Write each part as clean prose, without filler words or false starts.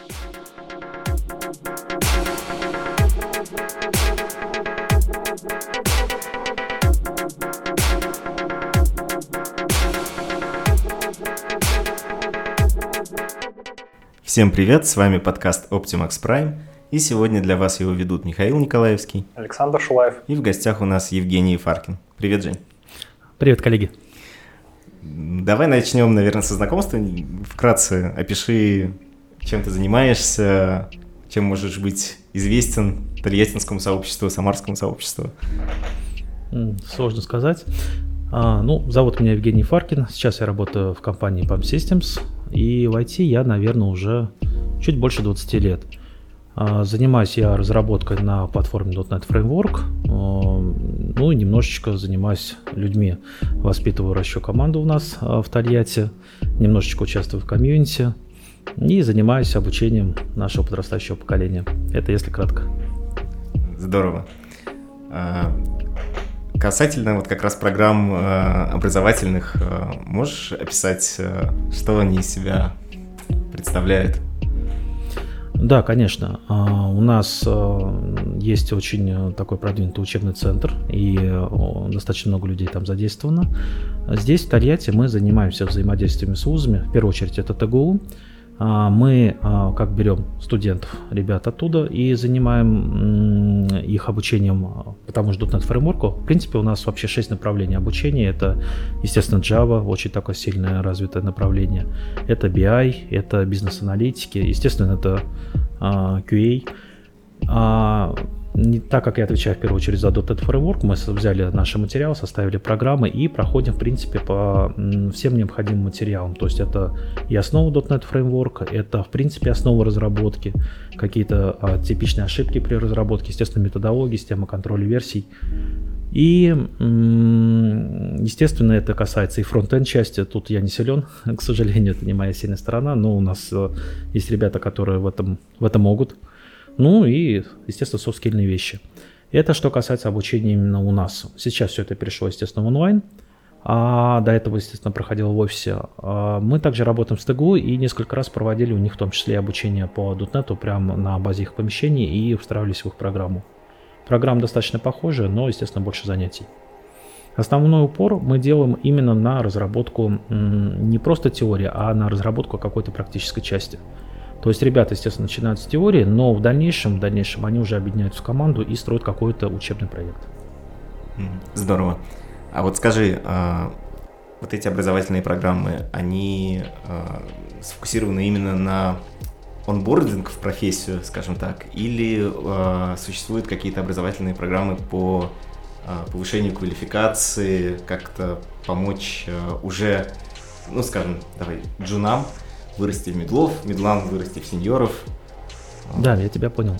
Всем привет, с вами подкаст Optimax Prime, и сегодня для вас его ведут Михаил Николаевский, Александр Шулаев, и в гостях у нас Евгений Фаркин. Привет, Жень. Привет, коллеги. Давай начнем, наверное, со знакомства. Вкратце опиши, чем ты занимаешься, чем можешь быть известен тольяттинскому сообществу, самарскому сообществу. Сложно сказать. Зовут меня Евгений Фаркин. Сейчас я работаю в компании PAM Systems. И в IT я, наверное, уже чуть больше 20 лет. Занимаюсь я разработкой на платформе .NET Framework. И немножечко занимаюсь людьми. Воспитываю, ращу команду у нас в Тольятти. Немножечко участвую в комьюнити. И занимаюсь обучением нашего подрастающего поколения. Это если кратко. Здорово. Касательно вот как раз программ образовательных, можешь описать, что они из себя представляют? Да, конечно. У нас есть очень такой продвинутый учебный центр, и достаточно много людей там задействовано. Здесь, в Тольятти, мы занимаемся взаимодействием с вузами. В первую очередь, это ТГУ. Мы берем студентов, ребят оттуда и занимаем их обучением по тому же .NET Framework. В принципе, у нас вообще 6 направлений обучения. Это, естественно, Java, очень такое сильное развитое направление. Это BI, это бизнес-аналитики, естественно, это QA. Так как я отвечаю в первую очередь за .NET Framework, мы взяли наши материалы, составили программы и проходим, в принципе, по всем необходимым материалам. То есть это и основа .NET Framework, это, в принципе, основа разработки, какие-то типичные ошибки при разработке, естественно, методологии, система контроля версий. И, естественно, это касается и фронт-энд части. Тут я не силен, к сожалению, это не моя сильная сторона, но у нас есть ребята, которые в этом могут. И, естественно, софт-скильные вещи. Это что касается обучения именно у нас. Сейчас все это перешло, естественно, в онлайн. А до этого, естественно, проходило в офисе. Мы также работаем с ТГУ и несколько раз проводили у них в том числе обучение по .NET прямо на базе их помещений и встраивались в их программу. Программа достаточно похожая, но, естественно, больше занятий. Основной упор мы делаем именно на разработку не просто теории, а на разработку какой-то практической части. То есть ребята, естественно, начинают с теории, но в дальнейшем они уже объединяются в команду и строят какой-то учебный проект. Здорово. А вот скажи, вот эти образовательные программы, они сфокусированы именно на онбординг в профессию, скажем так, или существуют какие-то образовательные программы по повышению квалификации, как-то помочь уже, джунам вырасти в медлов, медлам вырасти в сеньоров? Да, я тебя понял.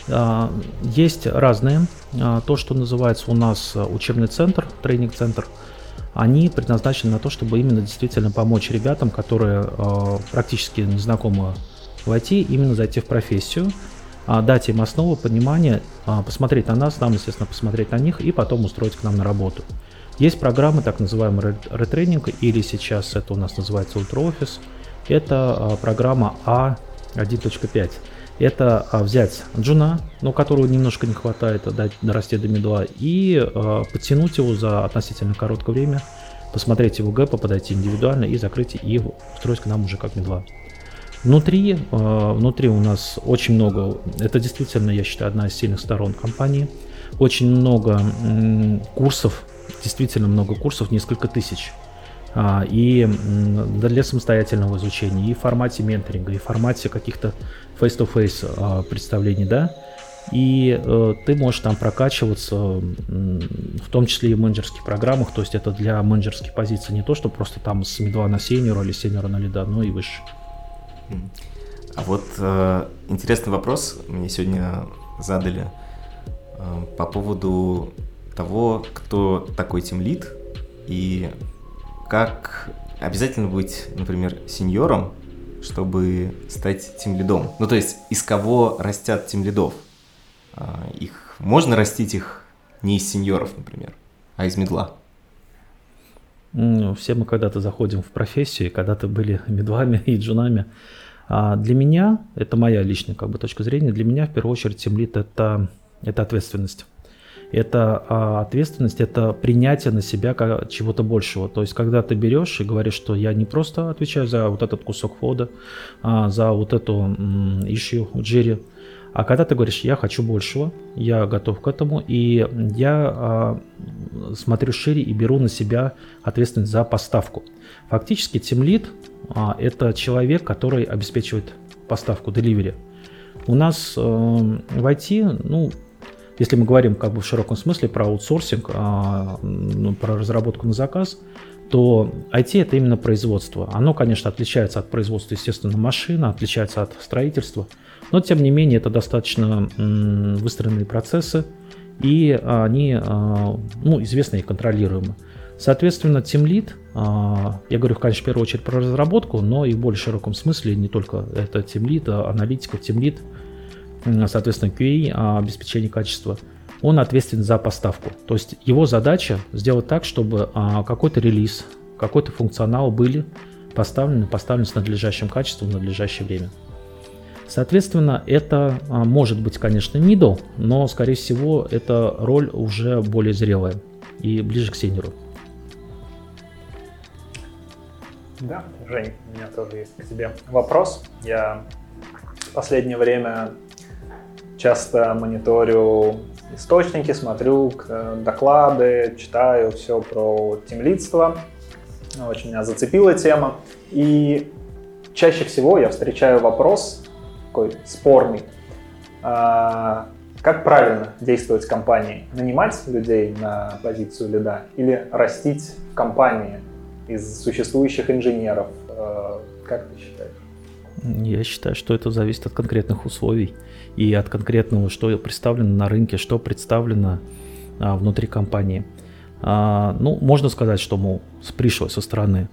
Есть разные. То, что называется у нас учебный центр, тренинг-центр, они предназначены на то, чтобы именно действительно помочь ребятам, которые практически не знакомы в IT, именно зайти в профессию, дать им основу, понимание, посмотреть на нас, нам, естественно, посмотреть на них и потом устроить к нам на работу. Есть программы, так называемый ретренинг, или сейчас это у нас называется ультраофис. Это программа А1.5. Это взять джуна, которого немножко не хватает, дорасти до медла, и подтянуть его за относительно короткое время, посмотреть его гэпа, подойти индивидуально и закрыть и устроить к нам уже как медла. Внутри у нас очень много, это действительно, я считаю, одна из сильных сторон компании. Очень много курсов, действительно много курсов, несколько тысяч. И для самостоятельного изучения, и в формате менторинга, и в формате каких-то face-to-face представлений, да, и ты можешь там прокачиваться, в том числе и в менеджерских программах, то есть это для менеджерских позиций, не то, что просто там с мидла на сеньора или сеньора на лида, но и выше. А вот интересный вопрос мне сегодня задали по поводу того, кто такой тимлид и как обязательно быть, например, сеньором, чтобы стать тимлидом. То есть из кого растят тимлидов? Можно растить их не из сеньоров, например, а из мидла? Все мы когда-то заходим в профессию, и когда-то были мидлами и джунами. Для меня, это моя личная точка зрения, для меня в первую очередь тимлид это ответственность. Это ответственность, это принятие на себя чего-то большего. То есть, когда ты берешь и говоришь, что я не просто отвечаю за вот этот кусок кода, за вот эту issue в Jira, а когда ты говоришь, я хочу большего, я готов к этому, и я смотрю шире и беру на себя ответственность за поставку. Фактически тимлид это человек, который обеспечивает поставку, delivery. У нас в IT, если мы говорим в широком смысле про аутсорсинг, про разработку на заказ, то IT это именно производство. Оно, конечно, отличается от производства, естественно, машин, отличается от строительства, но тем не менее это достаточно выстроенные процессы, и они известны и контролируемы. Соответственно, тимлид, я говорю, конечно, в первую очередь про разработку, но и в более широком смысле, не только это тимлид, аналитика, тимлид, соответственно, QA, обеспечение качества, он ответственен за поставку. То есть его задача сделать так, чтобы какой-то релиз, какой-то функционал были поставлены с надлежащим качеством в надлежащее время. Соответственно, это может быть, конечно, middle, но, скорее всего, эта роль уже более зрелая и ближе к сеньору. Да, Жень, у меня тоже есть к тебе вопрос. Я в последнее время часто мониторю источники, смотрю доклады, читаю все про тимлидство. Очень меня зацепила тема. И чаще всего я встречаю вопрос такой спорный. Как правильно действовать в компании? Нанимать людей на позицию лида или растить в компании из существующих инженеров? Как ты считаешь? Я считаю, что это зависит от конкретных условий и от конкретного, что представлено на рынке, что представлено внутри компании. Можно сказать, что, пришло со стороны,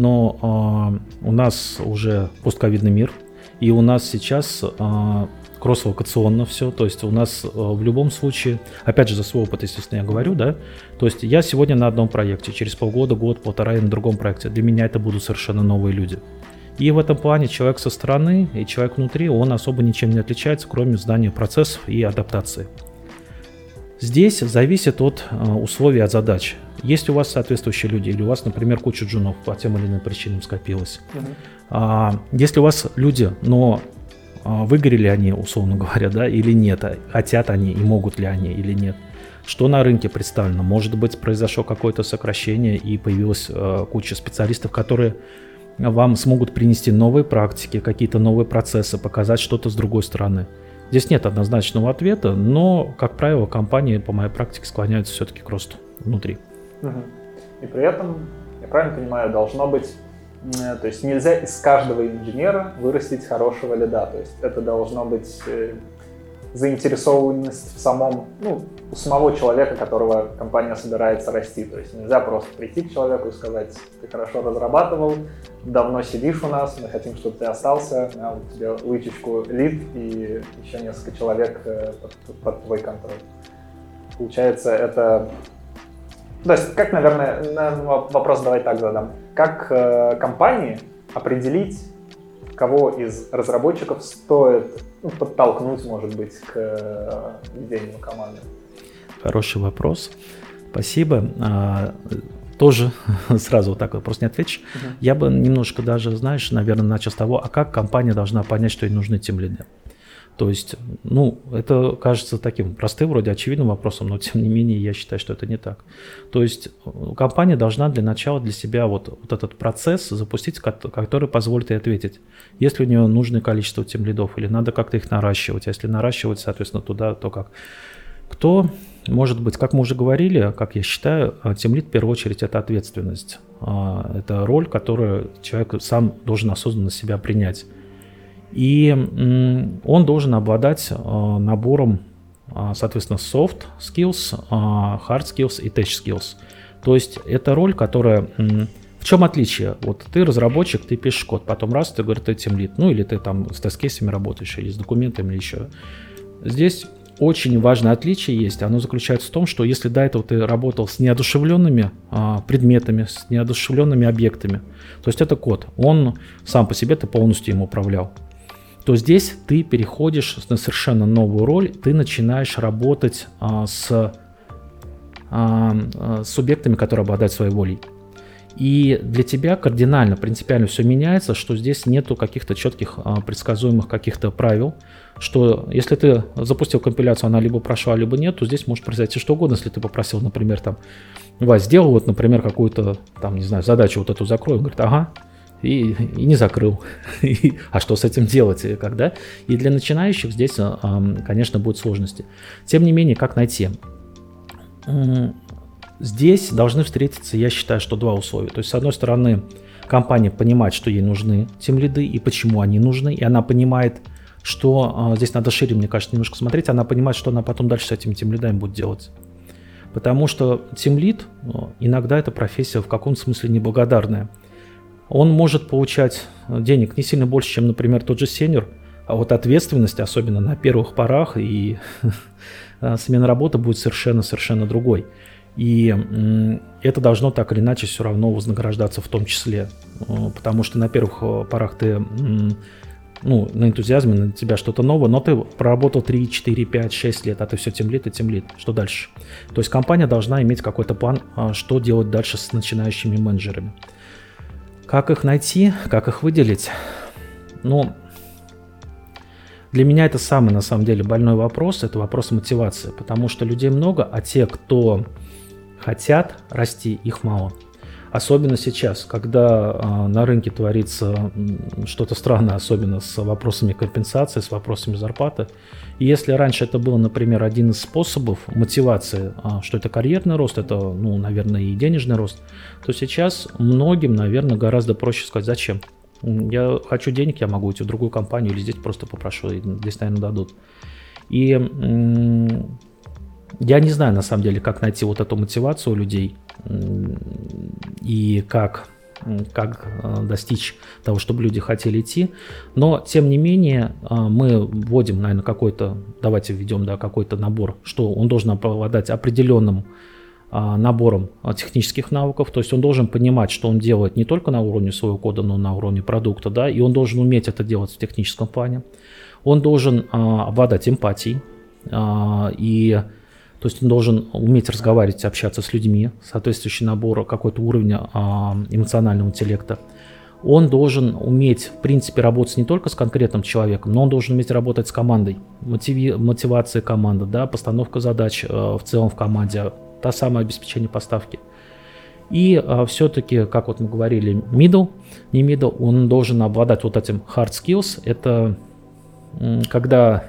но у нас уже постковидный мир, и у нас сейчас кросс-локационно все, то есть у нас в любом случае, опять же за свой опыт, естественно, я говорю, да, то есть я сегодня на одном проекте, через полгода, год, полтора я на другом проекте, для меня это будут совершенно новые люди. И в этом плане человек со стороны и человек внутри, он особо ничем не отличается, кроме знания процессов и адаптации. Здесь зависит от условий, от задач. Есть у вас соответствующие люди, или у вас, например, куча джунов по тем или иным причинам скопилось. Если у вас люди, но выгорели они, условно говоря, да, или нет, хотят они и могут ли они или нет, что на рынке представлено? Может быть, произошло какое-то сокращение и появилась куча специалистов, которые вам смогут принести новые практики, какие-то новые процессы, показать что-то с другой стороны. Здесь нет однозначного ответа, но, как правило, компании, по моей практике, склоняются все-таки к росту внутри. И при этом, я правильно понимаю, должно быть, то есть нельзя из каждого инженера вырастить хорошего лида, то есть это должно быть заинтересованность в самом, у самого человека, которого компания собирается расти. То есть нельзя просто прийти к человеку и сказать: ты хорошо разрабатывал, давно сидишь у нас, мы хотим, чтобы ты остался, у тебя лычечку лид и еще несколько человек под твой контроль. Получается, это... То есть, как, наверное, вопрос давай так задам. Как компании определить, кого из разработчиков стоит подтолкнуть, может быть, к ведению команды? Хороший вопрос. Спасибо. Тоже сразу вот так вот просто не отвечу. Я бы немножко даже, наверное, начал с того, а как компания должна понять, что ей нужны тимлиды. То есть, это кажется таким простым, вроде очевидным вопросом, но тем не менее я считаю, что это не так. То есть компания должна для начала для себя вот этот процесс запустить, который позволит ей ответить, есть ли у нее нужное количество тимлидов или надо как-то их наращивать. А если наращивать, соответственно, туда, то как. Кто, может быть, как мы уже говорили, как я считаю, тимлид в первую очередь это ответственность. Это роль, которую человек сам должен осознанно себя принять. И он должен обладать набором, соответственно, soft skills, hard skills и tech skills. То есть это роль, которая... В чем отличие? Вот ты разработчик, ты пишешь код, потом раз, ты говоришь, ты тимлид, или ты там с тест-кейсами работаешь, или с документами, или еще. Здесь очень важное отличие есть. Оно заключается в том, что если до этого ты работал с неодушевленными предметами, с неодушевленными объектами, то есть это код, он сам по себе, ты полностью им управлял. то здесь ты переходишь на совершенно новую роль, ты начинаешь работать с субъектами, которые обладают своей волей. И для тебя кардинально, принципиально все меняется, что здесь нету каких-то четких предсказуемых каких-то правил, что если ты запустил компиляцию, она либо прошла, либо нет, то здесь может произойти что угодно, если ты попросил, например, там, Вась, сделал вот, например, какую-то, там, не знаю, задачу вот эту закрой, он говорит, ага, и не закрыл. А что с этим делать и когда? И для начинающих здесь, конечно, будут сложности. Тем не менее, как найти? Здесь должны встретиться, я считаю, что два условия. То есть, с одной стороны, компания понимает, что ей нужны тимлиды и почему они нужны, и она понимает, что здесь надо шире, мне кажется, немножко смотреть, она понимает, что она потом дальше с этими тимлидами будет делать. Потому что тимлид иногда это профессия в каком-то смысле неблагодарная. Он может получать денег не сильно больше, чем, например, тот же сеньор, а вот ответственность, особенно на первых порах, и смена работы будет совершенно другой. И это должно так или иначе все равно вознаграждаться в том числе. Потому что на первых порах ты на энтузиазме, на тебя что-то новое, но ты проработал 3, 4, 5, 6 лет, а ты все тимлид и тимлид. Что дальше? То есть компания должна иметь какой-то план, что делать дальше с начинающими менеджерами. Как их найти, как их выделить? Для меня это самый, на самом деле, больной вопрос, это вопрос мотивации, потому что людей много, а те, кто хотят расти, их мало. Особенно сейчас, когда на рынке творится что-то странное, особенно с вопросами компенсации, с вопросами зарплаты. И если раньше это был, например, один из способов мотивации, что это карьерный рост, это, наверное, и денежный рост, то сейчас многим, наверное, гораздо проще сказать, зачем. Я хочу денег, я могу уйти в другую компанию или здесь просто попрошу, и здесь, наверное, дадут. И я не знаю, на самом деле, как найти вот эту мотивацию у людей и как достичь того, чтобы люди хотели идти. Но, тем не менее, мы вводим, наверное, давайте введем, какой-то набор, что он должен обладать определенным набором технических навыков, то есть он должен понимать, что он делает не только на уровне своего кода, но и на уровне продукта, и он должен уметь это делать в техническом плане. Он должен обладать эмпатией, то есть он должен уметь разговаривать, общаться с людьми, соответствующий набор какой-то уровня эмоционального интеллекта. Он должен уметь, в принципе, работать не только с конкретным человеком, но он должен уметь работать с командой, мотивация команды, постановка задач в целом в команде, та самое обеспечение поставки. И все-таки, как вот мы говорили, не middle, он должен обладать вот этим hard skills. Это когда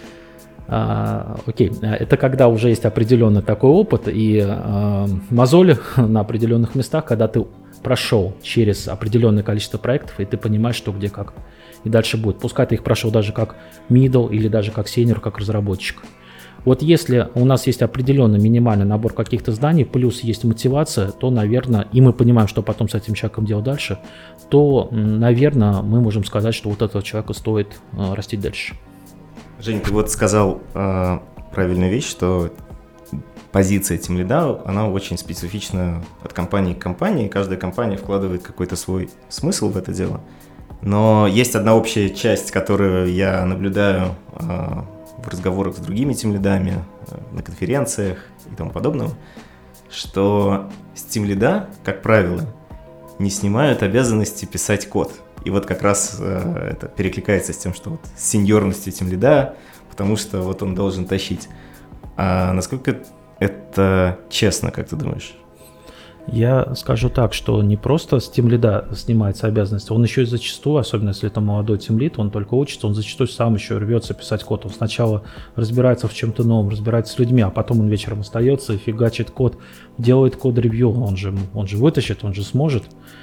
это когда уже есть определенный такой опыт и мозоли на определенных местах, когда ты прошел через определенное количество проектов, и ты понимаешь, что где как. И дальше будет. Пускай ты их прошел даже как middle или даже как senior, как разработчик. Вот если у нас есть определенный минимальный набор каких-то знаний, плюс есть мотивация, то, наверное, и мы понимаем, что потом с этим человеком делать дальше, то, наверное, мы можем сказать, что вот этого человека стоит растить дальше. Жень, ты вот сказал правильную вещь, что позиция тимлида, она очень специфична от компании к компании, каждая компания вкладывает какой-то свой смысл в это дело. Но есть одна общая часть, которую я наблюдаю в разговорах с другими тимлидами, на конференциях и тому подобного, что с тимлида, как правило, не снимают обязанности писать код. И вот как раз это перекликается с тем, что вот с сеньорностью тимлида, потому что вот он должен тащить. А насколько это честно, как ты думаешь? Я скажу так, что не просто с тимлида снимается обязанность, он еще и зачастую, особенно если это молодой тимлид, он только учится, он зачастую сам еще рвется писать код. Он сначала разбирается в чем-то новом, разбирается с людьми, а потом он вечером остается и фигачит код, делает код-ревью, он же вытащит, он же сможет.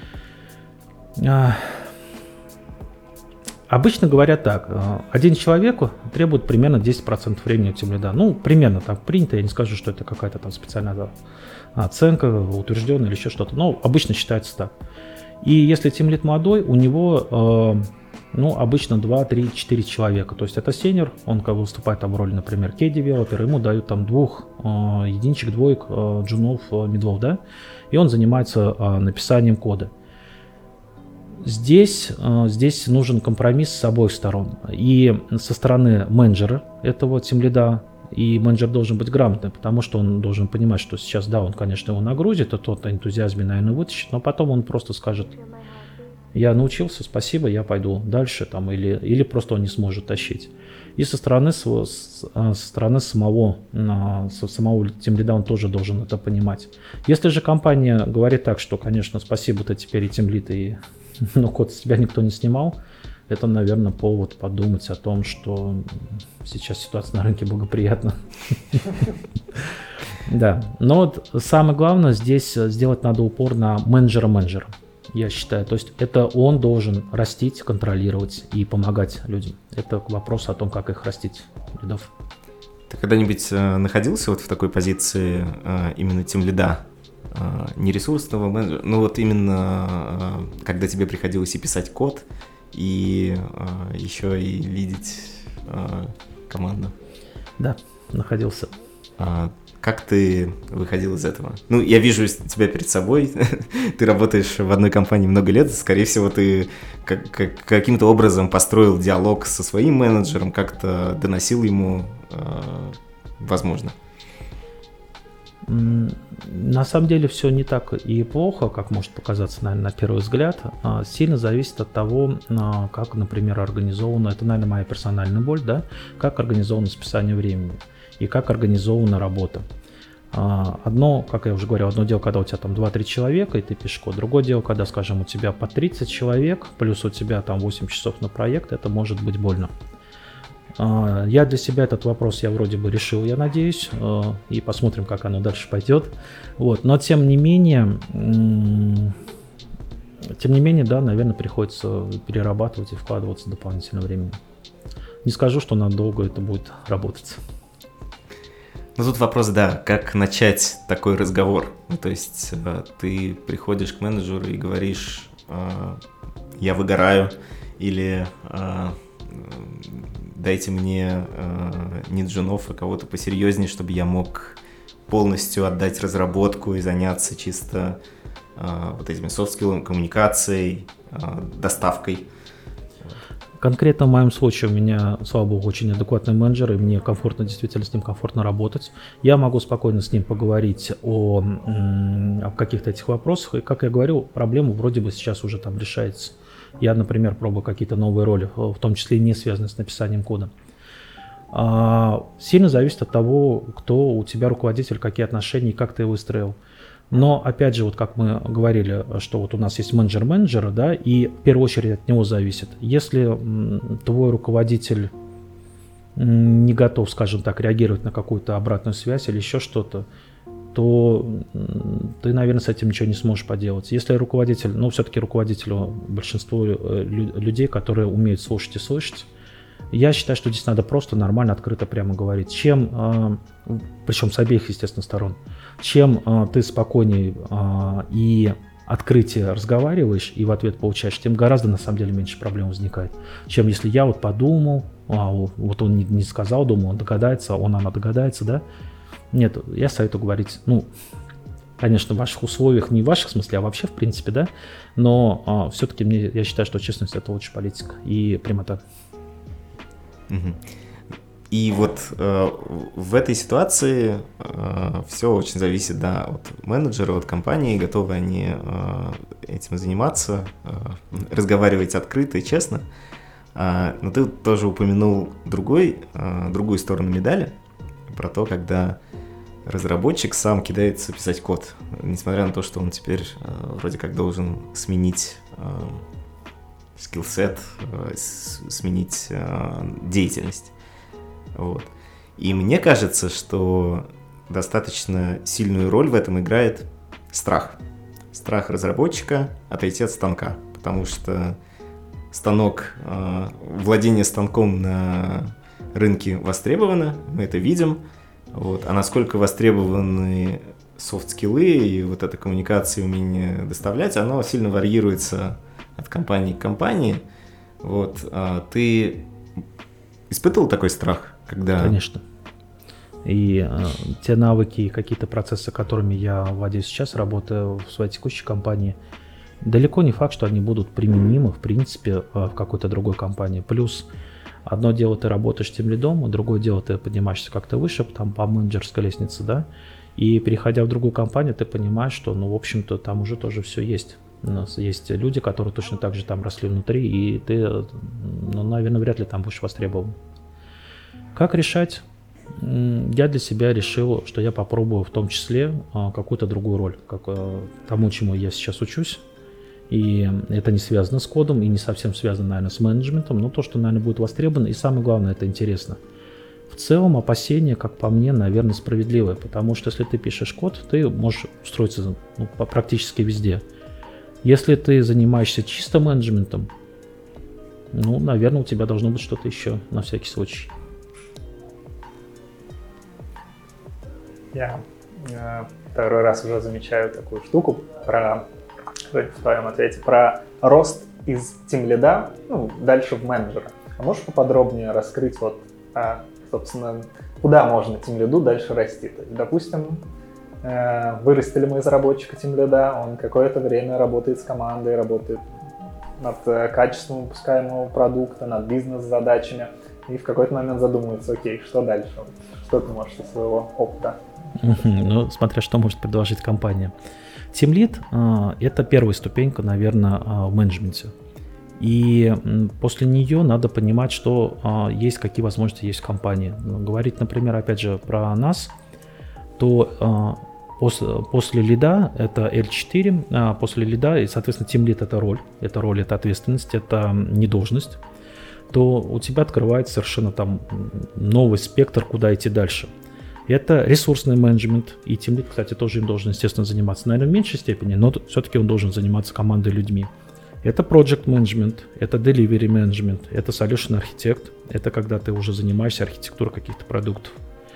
Обычно говорят так, один человек требует примерно 10% времени у тимлида. Примерно так принято, я не скажу, что это какая-то там специальная оценка, утвержденная или еще что-то, но обычно считается так. И если тимлид молодой, у него обычно 2, 3, 4 человека. То есть это сеньор, он выступает там в роли, например, кей-девелопер, ему дают там 2 единичек, двоек, джунов, мидлов, и он занимается написанием кода. Здесь нужен компромисс с обоих сторон. И со стороны менеджера этого тимлида, и менеджер должен быть грамотный, потому что он должен понимать, что сейчас, да, он, конечно, его нагрузит, и тот на энтузиазме, наверное, вытащит, но потом он просто скажет: я научился, спасибо, я пойду дальше, там, или просто он не сможет тащить. И со стороны самого тимлида он тоже должен это понимать. Если же компания говорит так, что, конечно, спасибо, ты теперь и тимлид, но код с тебя никто не снимал, это, наверное, повод подумать о том, что сейчас ситуация на рынке благоприятна. Да, но вот самое главное здесь сделать надо упор на менеджера, я считаю. То есть это он должен растить, контролировать и помогать людям. Это вопрос о том, как их растить, лидов. Ты когда-нибудь находился вот в такой позиции именно тимлида? Не ресурсного менеджера, но вот именно когда тебе приходилось и писать код, и еще и видеть команду. Да, находился. Как ты выходил из этого? Ну, я вижу тебя перед собой, ты работаешь в одной компании много лет, скорее всего, ты каким-то образом построил диалог со своим менеджером, как-то доносил ему, возможно. На самом деле все не так и плохо, как может показаться, наверное, на первый взгляд. Сильно зависит от того, как, например, организовано, это, наверное, моя персональная боль, да, как организовано списание времени и как организована работа. Одно, как я уже говорил, одно дело, когда у тебя там 2-3 человека, и ты пишешь код. Другое дело, когда, скажем, у тебя по 30 человек, плюс у тебя там 8 часов на проект, это может быть больно. Я для себя этот вопрос я вроде бы решил, я надеюсь, и посмотрим, как оно дальше пойдет. Вот. Но тем не менее, да, наверное, приходится перерабатывать и вкладываться дополнительное время. Не скажу, что надолго это будет работать. Ну тут вопрос, да, как начать такой разговор? Ну, то есть ты приходишь к менеджеру и говоришь: я выгораю, или дайте мне не джунов, а кого-то посерьезнее, чтобы я мог полностью отдать разработку и заняться чисто вот этими софт-скиллами, коммуникацией, доставкой. Конкретно в моем случае у меня, слава богу, очень адекватный менеджер, и мне комфортно, действительно с ним комфортно работать. Я могу спокойно с ним поговорить о каких-то этих вопросах, и, как я говорю, проблема вроде бы сейчас уже там решается. Я, например, пробую какие-то новые роли, в том числе и не связанные с написанием кода. Сильно зависит от того, кто у тебя руководитель, какие отношения и как ты выстроил. Но, опять же, вот как мы говорили, что вот у нас есть менеджер менеджера, да, и в первую очередь от него зависит. Если твой руководитель не готов, скажем так, реагировать на какую-то обратную связь или еще что-то, то ты, наверное, с этим ничего не сможешь поделать. Если руководитель, ну, все-таки руководителю большинство людей, которые умеют слушать и слышать, я считаю, что здесь надо просто нормально, открыто прямо говорить. Причем с обеих, естественно, сторон. Чем ты спокойнее и открытие разговариваешь и в ответ получаешь, тем гораздо, на самом деле, меньше проблем возникает. Чем если я вот подумал, вот он не сказал, думал, он догадается, она догадается, да? Нет, я советую говорить, ну, конечно, в ваших условиях, не в ваших смысле, а вообще, в принципе, да? Но все-таки я считаю, что честность — это лучшая политика и прямота. И вот в этой ситуации все очень зависит, да, от менеджера, от компании, готовы они этим заниматься, разговаривать открыто и честно. Но ты тоже упомянул другую сторону медали, про то, когда разработчик сам кидается писать код, несмотря на то, что он теперь вроде как должен сменить скиллсет, сменить деятельность. Вот. И мне кажется, что достаточно сильную роль в этом играет страх. Страх разработчика отойти от станка, потому что владение станком на рынке востребовано, мы это видим. Вот. А насколько востребованы софт-скиллы и вот эта коммуникация, умение доставлять, оно сильно варьируется от компании к компании. Вот. Ты испытывал такой страх? Конечно. И те навыки и какие-то процессы, которыми я владею сейчас, работаю в своей текущей компании, далеко не факт, что они будут применимы, в принципе, в какой-то другой компании. Плюс одно дело ты работаешь тимлидом, а другое дело ты поднимаешься как-то выше, там, по менеджерской лестнице, да, и переходя в другую компанию, ты понимаешь, что, ну, в общем-то, там уже тоже все есть. У нас есть люди, которые точно так же там росли внутри, и ты, ну, наверное, вряд ли там будешь востребован. Как решать? Я для себя решил, что я попробую в том числе какую-то другую роль, как тому, чему я сейчас учусь. И это не связано с кодом, и не совсем связано, наверное, с менеджментом, но то, что, наверное, будет востребовано, и самое главное, это интересно. В целом опасения, как по мне, наверное, справедливые, потому что если ты пишешь код, ты можешь устроиться, ну, практически везде. Если ты занимаешься чисто менеджментом, ну, наверное, у тебя должно быть что-то еще на всякий случай. Я второй раз уже замечаю такую штуку в твоем ответе про рост из тимлида, ну, дальше в менеджера. А можешь поподробнее раскрыть, вот, собственно, куда можно тимлиду дальше расти? То есть, допустим, вырастили мы из разработчика тимлида, он какое-то время работает с командой, работает над качеством выпускаемого продукта, над бизнес-задачами, и в какой-то момент задумывается, окей, что дальше? Что ты можешь со своего опыта? Ну, смотря что может предложить компания. Тимлид – это первая ступенька, наверное, в менеджменте. И после нее надо понимать, что есть, какие возможности есть в компании. Говорить, например, опять же, про нас, то после лида это L4, после лида, и, соответственно, тимлид – это роль, это ответственность, это не должность, то у тебя открывается совершенно там новый спектр, куда идти дальше. Это ресурсный менеджмент, и тимлид, кстати, тоже им должен, естественно, заниматься, наверное, в меньшей степени, но все-таки он должен заниматься командой людьми. Это project management, это delivery management, это solution architect, это когда ты уже занимаешься архитектурой каких-то продуктов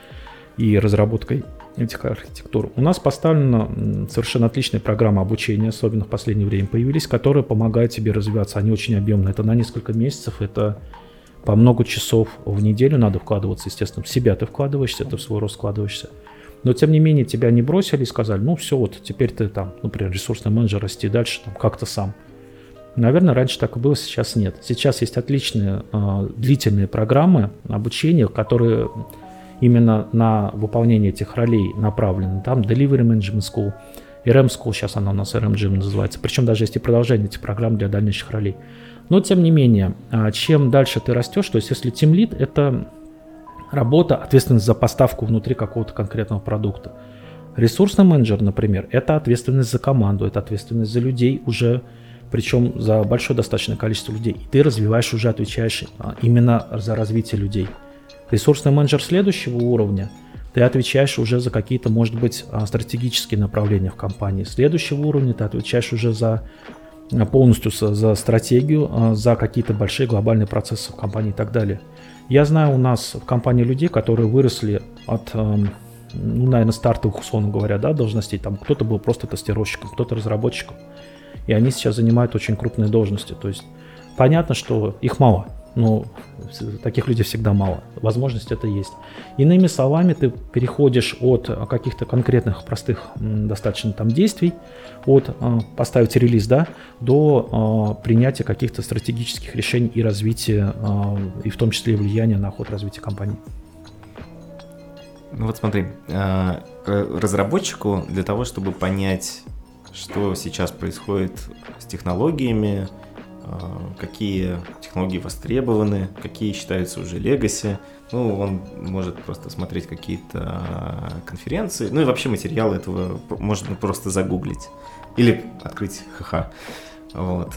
и разработкой этих архитектур. У нас поставлена совершенно отличная программа обучения, особенно в последнее время появились, которые помогают тебе развиваться. Они очень объемные, это на несколько месяцев, это по много часов в неделю надо вкладываться, естественно, в себя ты вкладываешься, ты в свой рост вкладываешься. Но, тем не менее, тебя не бросили и сказали, ну все, вот теперь ты там, например, ресурсный менеджер, расти дальше там как-то сам. Наверное, раньше так и было, сейчас нет. Сейчас есть отличные длительные программы обучения, которые именно на выполнение этих ролей направлены. Там Delivery Management School, RM School, сейчас она у нас RM Gym называется. Причем даже есть и продолжение этих программ для дальнейших ролей. Но, тем не менее, чем дальше ты растешь, то есть если тимлид – это работа, ответственность за поставку внутри какого-то конкретного продукта. Ресурсный менеджер, например, это ответственность за команду, это ответственность за людей уже, причем за большое достаточное количество людей. И ты развиваешь, уже отвечаешь именно за развитие людей. Ресурсный менеджер следующего уровня, ты отвечаешь уже за какие-то, может быть, стратегические направления в компании. Следующего уровня ты отвечаешь уже за полностью за стратегию, за какие-то большие глобальные процессы в компании и так далее. Я знаю у нас в компании людей, которые выросли от, ну, наверное, стартовых, условно говоря, да, должностей. Там кто-то был просто тестировщиком, кто-то разработчиком. И они сейчас занимают очень крупные должности. То есть понятно, что их мало. Но таких людей всегда мало. Возможность это есть. Иными словами, ты переходишь от каких-то конкретных простых достаточно там действий, от поставить релиз, да, до принятия каких-то стратегических решений и развития, и в том числе и влияния на ход развития компании. Ну вот смотри, разработчику для того, чтобы понять, что сейчас происходит с технологиями, какие технологии востребованы, какие считаются уже legacy. Ну, он может просто смотреть какие-то конференции, ну и вообще материалы этого можно просто загуглить или открыть ХХ. Вот.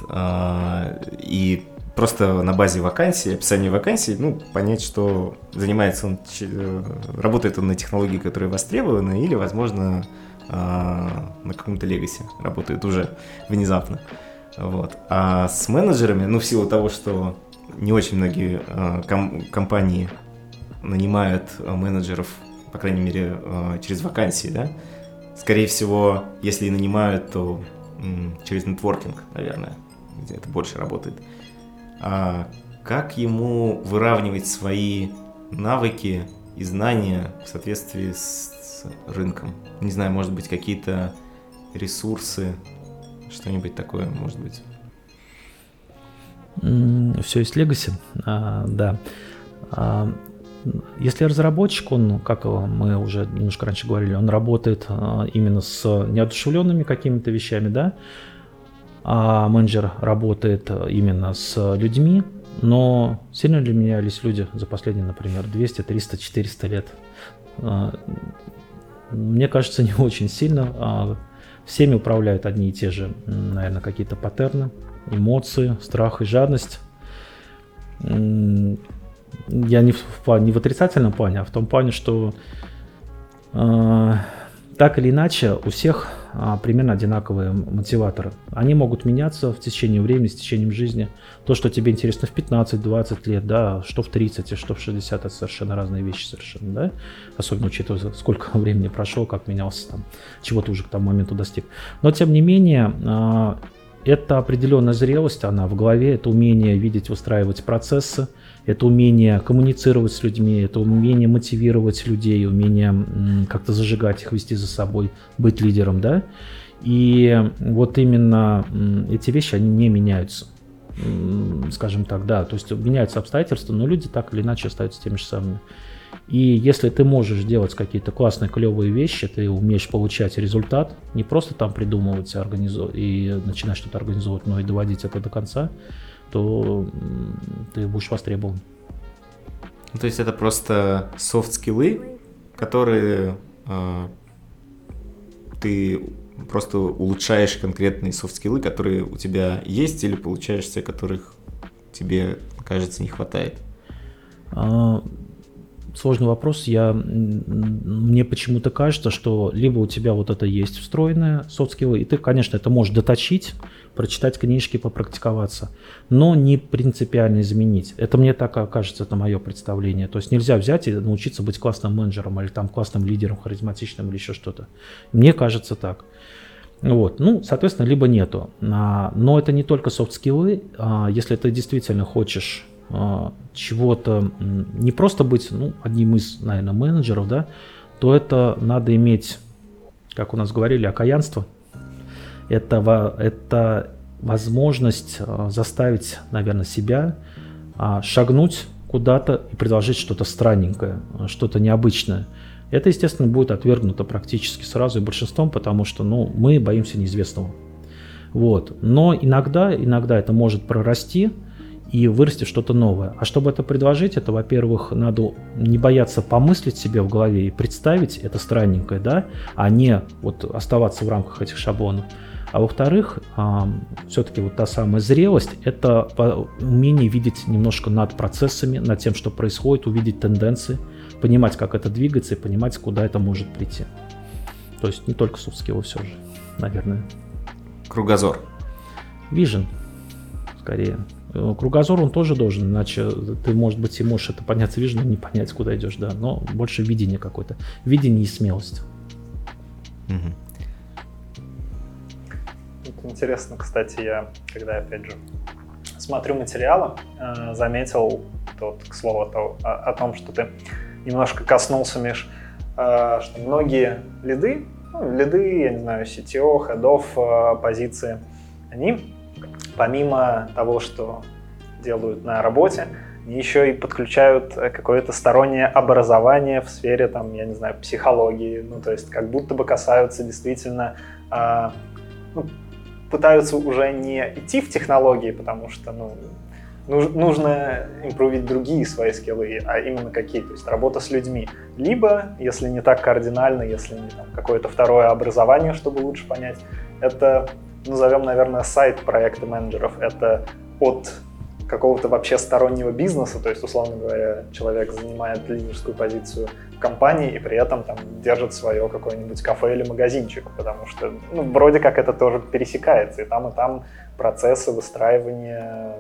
И просто на базе вакансии, описания вакансий, ну, понять, что занимается он, работает он на технологии, которые востребованы, или, возможно, на каком-то legacy работает уже внезапно. Вот. А с менеджерами, ну, в силу того, что не очень многие компании нанимают менеджеров, по крайней мере, через вакансии, да, скорее всего, если и нанимают, то через нетворкинг, наверное, где это больше работает. А как ему выравнивать свои навыки и знания в соответствии с рынком? Не знаю, может быть, какие-то ресурсы, Что-нибудь такое, может быть? Все есть legacy, да. Если разработчик, он, как мы уже немножко раньше говорили, он работает именно с неодушевленными какими-то вещами, да, а менеджер работает именно с людьми, но сильно ли менялись люди за последние, например, 200, 300, 400 лет? Мне кажется, не очень сильно. Всеми управляют одни и те же, наверное, какие-то паттерны, эмоции, страх и жадность. Я не в отрицательном плане, а в том плане, что так или иначе у всех примерно одинаковые мотиваторы. Они могут меняться в течение времени, с течением жизни. То, что тебе интересно в 15-20 лет, да, что в 30, что в 60, это совершенно разные вещи совершенно, да. Особенно учитывая, сколько времени прошло, как менялся там, чего ты уже к тому моменту достиг. Но тем не менее, это определенная зрелость, она в голове, это умение видеть, выстраивать процессы, это умение коммуницировать с людьми, это умение мотивировать людей, умение как-то зажигать их, вести за собой, быть лидером, да. И вот именно эти вещи, они не меняются, скажем так, да. То есть меняются обстоятельства, но люди так или иначе остаются теми же самыми. И если ты можешь делать какие-то классные, клевые вещи, ты умеешь получать результат, не просто там придумывать и начинать что-то организовывать, но и доводить это до конца, то ты будешь востребован. То есть это просто софт-скиллы, которые ты просто улучшаешь конкретные софт-скиллы, которые у тебя есть, или получаешь те, которых тебе, кажется, не хватает? Сложный вопрос. Мне почему-то кажется, что либо у тебя вот это есть встроенное софт-скиллы, и ты, конечно, это можешь доточить, прочитать книжки, попрактиковаться, но не принципиально изменить. Это мне так кажется, это мое представление. То есть нельзя взять и научиться быть классным менеджером или там классным лидером, харизматичным или еще что-то. Мне кажется так. Вот. Ну, соответственно, либо нету. Но это не только софт-скиллы. Если ты действительно хочешь чего-то, не просто быть одним из, наверное, менеджеров, да, то это надо иметь, как у нас говорили, окаянство. Это возможность заставить, наверное, себя шагнуть куда-то и предложить что-то странненькое, что-то необычное. Это, естественно, будет отвергнуто практически сразу и большинством, потому что мы боимся неизвестного. Вот. Но иногда это может прорасти и вырасти что-то новое. А чтобы это предложить, это, во-первых, надо не бояться помыслить себе в голове и представить это странненькое, да, а не вот оставаться в рамках этих шаблонов. А во-вторых, все-таки вот та самая зрелость – это умение видеть немножко над процессами, над тем, что происходит, увидеть тенденции, понимать, как это двигается и понимать, куда это может прийти. То есть не только софт-скиллы все же, наверное. Кругозор. Vision, скорее. Кругозор он тоже должен, иначе ты, может быть, и можешь это понять vision, не понять, куда идешь, да, но больше видение какое-то. Видение и смелость. Интересно, кстати, я, когда, опять же, смотрю материалы, заметил, к слову, о том, что ты немножко коснулся, Миш, что многие лиды, я не знаю, CTO, head-of позиции, они, помимо того, что делают на работе, они еще и подключают какое-то стороннее образование в сфере, там, я не знаю, психологии, то есть как будто бы касаются действительно, пытаются уже не идти в технологии, потому что нужно импровить другие свои скиллы, а именно какие, то есть работа с людьми. Либо, если не так кардинально, если не какое-то второе образование, чтобы лучше понять, это, назовем, наверное, сайт-проекты менеджеров. Это от какого-то вообще стороннего бизнеса, то есть, условно говоря, человек занимает лидерскую позицию в компании и при этом там держит свое какое-нибудь кафе или магазинчик, потому что, вроде как это тоже пересекается, и там процессы выстраивания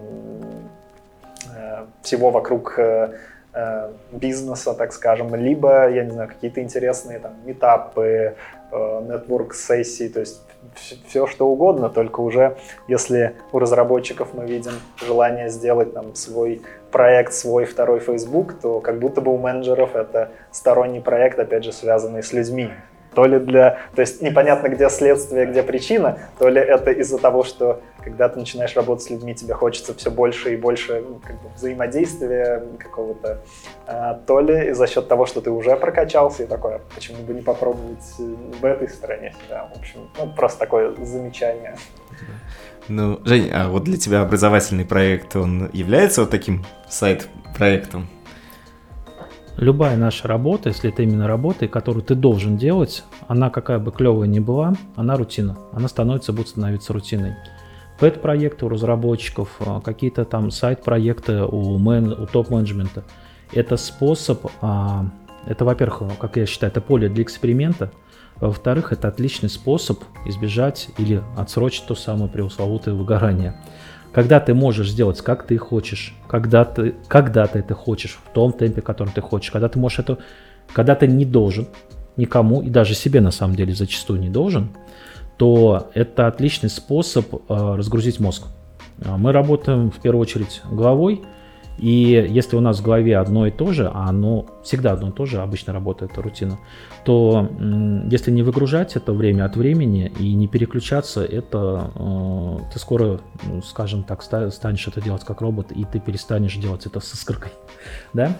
всего вокруг бизнеса, так скажем, либо, я не знаю, какие-то интересные там митапы, нетворк-сессии, то есть все что угодно, только уже если у разработчиков мы видим желание сделать там свой проект, свой второй Facebook, то как будто бы у менеджеров это сторонний проект, опять же, связанный с людьми. То есть непонятно, где следствие, где причина, то ли это из-за того, что когда ты начинаешь работать с людьми, тебе хочется все больше и больше взаимодействия какого-то, то ли за счет того, что ты уже прокачался и такое, почему бы не попробовать в этой стороне себя. В общем, просто такое замечание. Ну, Жень, а вот для тебя образовательный проект, он является вот таким сайт-проектом? Любая наша работа, если это именно работа, которую ты должен делать, она какая бы клевая ни была, она рутина. Она будет становиться рутиной. Пэт-проекты у разработчиков, какие-то там сайт-проекты у топ-менеджмента. Это способ, это, во-первых, как я считаю, это поле для эксперимента. Во-вторых, это отличный способ избежать или отсрочить то самое пресловутое выгорание. Когда ты можешь сделать, как ты хочешь, когда ты это хочешь, в том темпе, который ты хочешь, когда ты можешь это, когда ты не должен никому, и даже себе на самом деле зачастую не должен, то это отличный способ разгрузить мозг. Мы работаем в первую очередь головой, и если у нас в голове одно и то же, а оно всегда одно и то же, обычно работает рутина, то если не выгружать это время от времени и не переключаться, это ты скоро, скажем так, станешь это делать как робот, и ты перестанешь делать это с искоркой, да?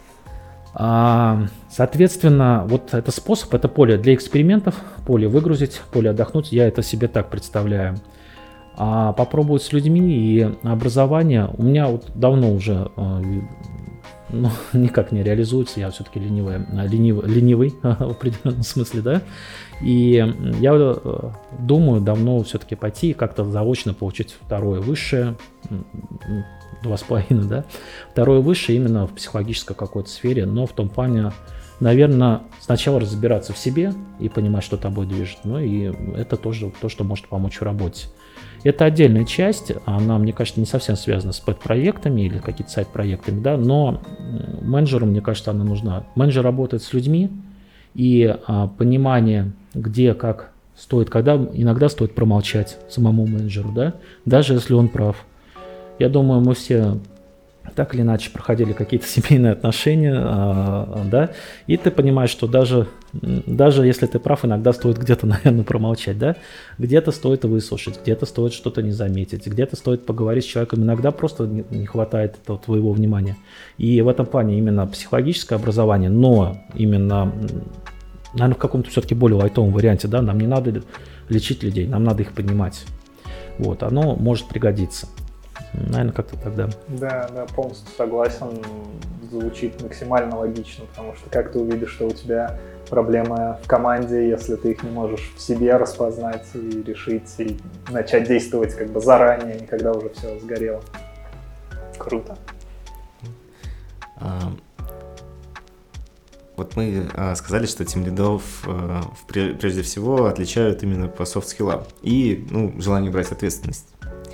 Соответственно, вот это способ, это поле для экспериментов, поле выгрузить, поле отдохнуть, я это себе так представляю. А попробовать с людьми и образование у меня вот давно уже никак не реализуется, я все-таки ленивый в определенном смысле, да, и я думаю давно все-таки пойти и как-то заочно получить второе высшее, 2,5, да, второе высшее именно в психологической какой-то сфере, но в том плане, наверное, сначала разбираться в себе и понимать, что тобой движет, ну и это тоже то, что может помочь в работе. Это отдельная часть, она, мне кажется, не совсем связана с пэт-проектами или какими-то сайт-проектами, да, но менеджеру, мне кажется, она нужна. Менеджер работает с людьми, и понимание, где, как стоит, когда иногда стоит промолчать самому менеджеру, да, даже если он прав. Я думаю, мы все так или иначе проходили какие-то семейные отношения, да, и ты понимаешь, что даже если ты прав, иногда стоит где-то, наверное, промолчать, да, где-то стоит выслушать, где-то стоит что-то не заметить, где-то стоит поговорить с человеком, иногда просто не хватает этого твоего внимания. И в этом плане именно психологическое образование, но именно, наверное, в каком-то все-таки более лайтовом варианте, да, нам не надо лечить людей, нам надо их поднимать, вот, оно может пригодиться. Наверное, как-то тогда. Да, полностью согласен. Звучит максимально логично, потому что как ты увидишь, что у тебя проблемы в команде, если ты их не можешь в себе распознать и решить, и начать действовать как бы заранее, когда уже все сгорело. Круто. Вот мы сказали, что тимлидов прежде всего отличают именно по софт-скиллам и желанию брать ответственность.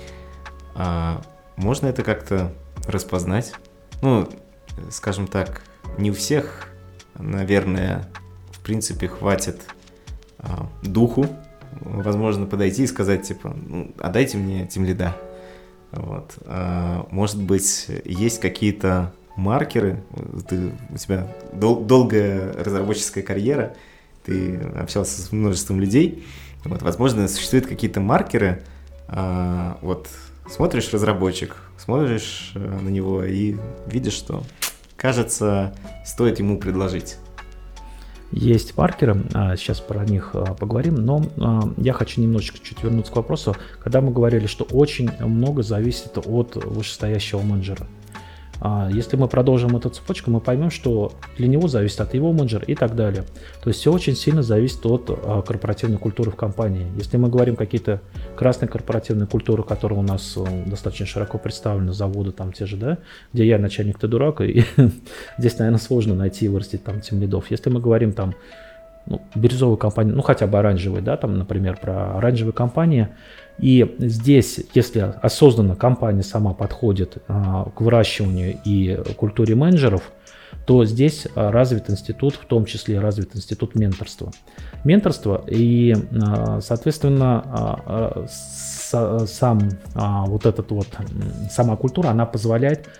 Можно это как-то распознать? Скажем так, не у всех, наверное, в принципе, хватит духу, возможно, подойти и сказать, типа, отдайте мне тимлида. Вот. Может быть, есть какие-то маркеры, у тебя долгая разработческая карьера, ты общался с множеством людей, вот, возможно, существуют какие-то маркеры, вот, смотришь разработчик, смотришь на него и видишь, что, кажется, стоит ему предложить. Есть маркеры, сейчас про них поговорим, но я хочу немножечко чуть вернуться к вопросу, когда мы говорили, что очень много зависит от вышестоящего менеджера. Если мы продолжим эту цепочку, мы поймем, что для него зависит от его менеджера и так далее. То есть все очень сильно зависит от корпоративной культуры в компании. Если мы говорим какие-то красные корпоративные культуры, которые у нас достаточно широко представлены, заводы там те же, да, где я начальник, ты дурак, и здесь, наверное, сложно найти и вырастить там тимлидов. Если мы говорим там бирюзовую компанию, хотя бы оранжевые, да, там, например, про оранжевые компании, и здесь, если осознанно компания сама подходит к выращиванию и культуре менеджеров, то здесь развит институт, в том числе развит институт менторства. Менторство и, соответственно, сама культура, она позволяет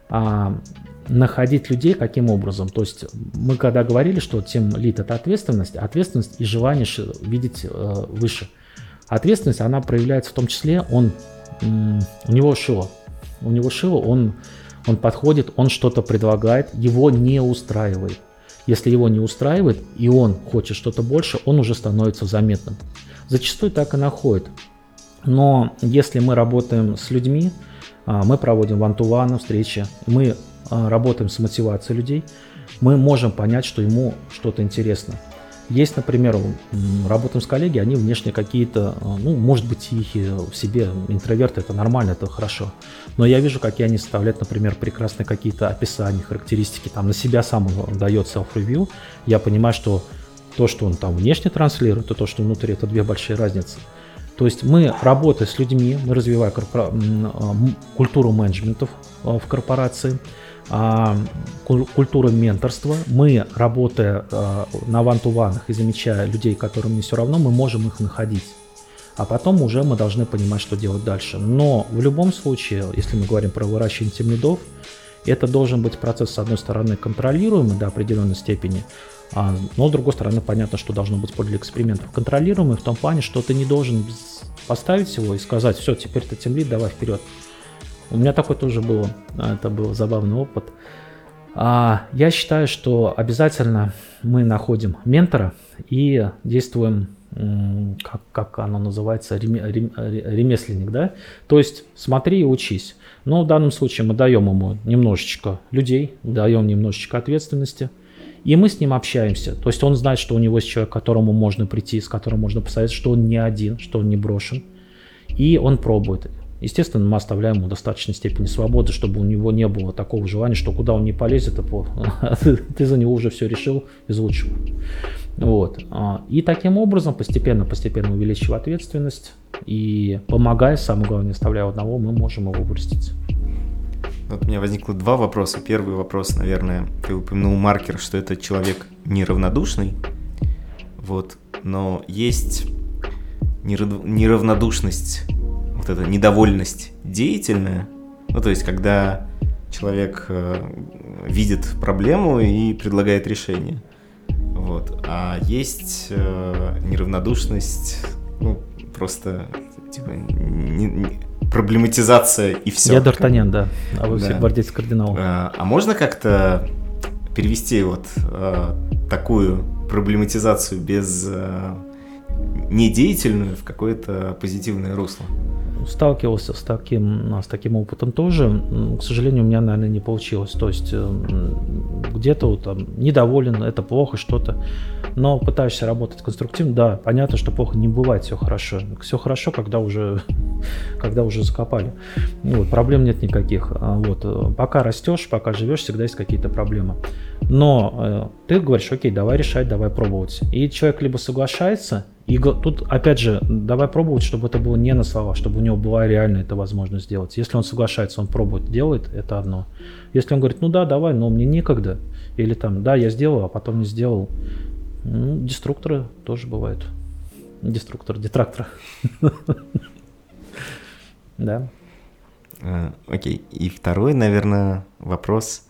находить людей каким образом. То есть мы когда говорили, что тим-лид — это ответственность и желание видеть выше. Ответственность, она проявляется в том числе, у него шило, он подходит, он что-то предлагает, его не устраивает. Если его не устраивает, и он хочет что-то больше, он уже становится заметным. Зачастую так и находит. Но если мы работаем с людьми, мы проводим one-to-one встречи, мы работаем с мотивацией людей, мы можем понять, что ему что-то интересно. Есть, например, работаем с коллегами, они внешне какие-то, может быть, тихие, в себе интроверты, это нормально, это хорошо. Но я вижу, какие они составляют, например, прекрасные какие-то описания, характеристики, там на себя сам он дает self-review. Я понимаю, что то, что он там внешне транслирует, и то, что внутри, это две большие разницы. То есть мы, работая с людьми, мы развиваем культуру менеджментов в корпорации, культуру менторства. Мы, работая на one-to-one и замечая людей, которым не все равно, мы можем их находить. А потом уже мы должны понимать, что делать дальше. Но в любом случае, если мы говорим про выращивание тим-лидов, это должен быть процесс, с одной стороны, контролируемый до определенной степени, но с другой стороны, понятно, что должно быть поле для экспериментов. Контролируемый в том плане, что ты не должен поставить его и сказать: все, теперь ты тимлид, давай вперед. У меня такое тоже было, это был забавный опыт. Я считаю, что обязательно мы находим ментора и действуем, как оно называется, ремесленник, да? То есть смотри и учись. Но в данном случае мы даем ему немножечко людей, даем немножечко ответственности, и мы с ним общаемся. То есть он знает, что у него есть человек, к которому можно прийти, с которым можно посоветовать, что он не один, что он не брошен, и он пробует. Естественно, мы оставляем ему достаточной степени свободы, чтобы у него не было такого желания, что куда он не полезет, ты за него уже все решил, излучил. Вот. И таким образом, постепенно увеличивая ответственность и помогая, самое главное, не оставляя одного, мы можем его вырастить. Вот у меня возникло два вопроса. Первый вопрос, наверное, ты упомянул маркер, что это человек неравнодушный, вот, но есть неравнодушность, вот эта недовольность деятельная, то есть когда человек видит проблему и предлагает решение, вот, а есть неравнодушность, просто типа проблематизация и все. Я Д'Артаньян, да, а вы все гвардейцы кардинала. А можно как-то перевести вот такую проблематизацию без недеятельную в какое-то позитивное русло? Сталкивался с таким опытом тоже. К сожалению, у меня, наверное, не получилось. То есть где-то там недоволен, это плохо что-то, но пытаешься работать конструктивно. Да, понятно, что плохо не бывает, все хорошо. Все хорошо, когда уже закопали. Вот, проблем нет никаких. Вот, пока растешь, пока живешь, всегда есть какие-то проблемы. Но ты говоришь: окей, давай решать, давай пробовать. И человек либо соглашается, и тут, опять же, давай пробовать, чтобы это было не на словах, чтобы у него была реально эта возможность сделать. Если он соглашается, он пробует, делает, это одно. Если он говорит: ну да, давай, но мне некогда, или там, да, я сделал, а потом не сделал. Деструкторы тоже бывают. Детрактор. Да. Окей. И второй, наверное, вопрос.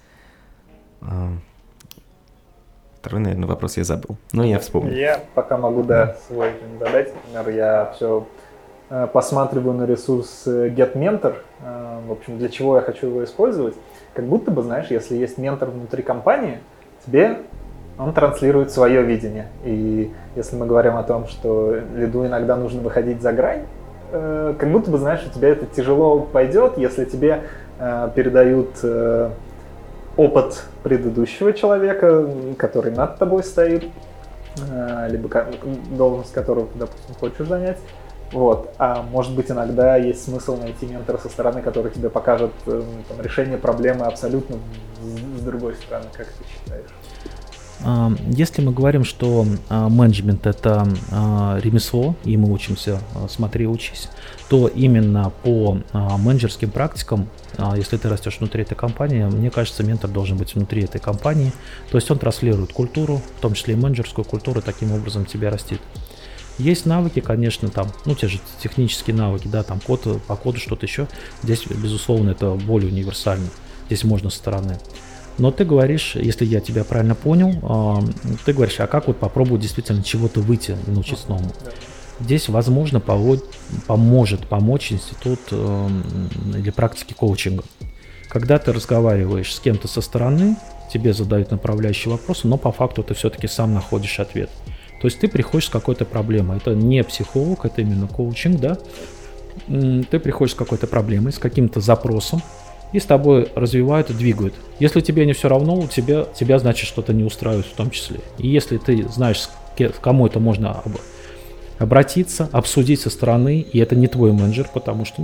Я забыл. Но я вспомнил. Я пока могу, свой задать. Например, я все посматриваю на ресурс GetMentor. В общем, для чего я хочу его использовать? Как будто бы, знаешь, если есть ментор внутри компании, тебе он транслирует свое видение. И если мы говорим о том, что лиду иногда нужно выходить за грань, как будто бы, знаешь, у тебя это тяжело пойдет, если тебе передают опыт предыдущего человека, который над тобой стоит, либо должность которого ты, допустим, хочешь занять. Вот. А может быть, иногда есть смысл найти ментора со стороны, который тебе покажет решение проблемы абсолютно с другой стороны, как ты считаешь? Если мы говорим, что менеджмент — это ремесло, и мы учимся «смотри, учись», то именно по менеджерским практикам, если ты растешь внутри этой компании, мне кажется, ментор должен быть внутри этой компании. То есть он транслирует культуру, в том числе и менеджерскую культуру, таким образом тебя растит. Есть навыки, конечно, там, те же технические навыки, да, там код, по коду что-то еще. Здесь, безусловно, это более универсально. здесь можно со стороны. Но ты говоришь, если я тебя правильно понял, ты говоришь, а как вот попробовать действительно чего-то выйти и научиться новому? Здесь, возможно, поможет помочь институт или практики коучинга. Когда ты разговариваешь с кем-то со стороны, тебе задают направляющие вопросы, но по факту ты все-таки сам находишь ответ. То есть ты приходишь с какой-то проблемой. Это не психолог, это именно коучинг, да? Ты приходишь с какой-то проблемой, с каким-то запросом, и с тобой развивают и двигают. Если тебе не все равно, тебя значит что-то не устраивает в том числе. И если ты знаешь, к кому это можно обратиться, обсудить со стороны, и это не твой менеджер, потому что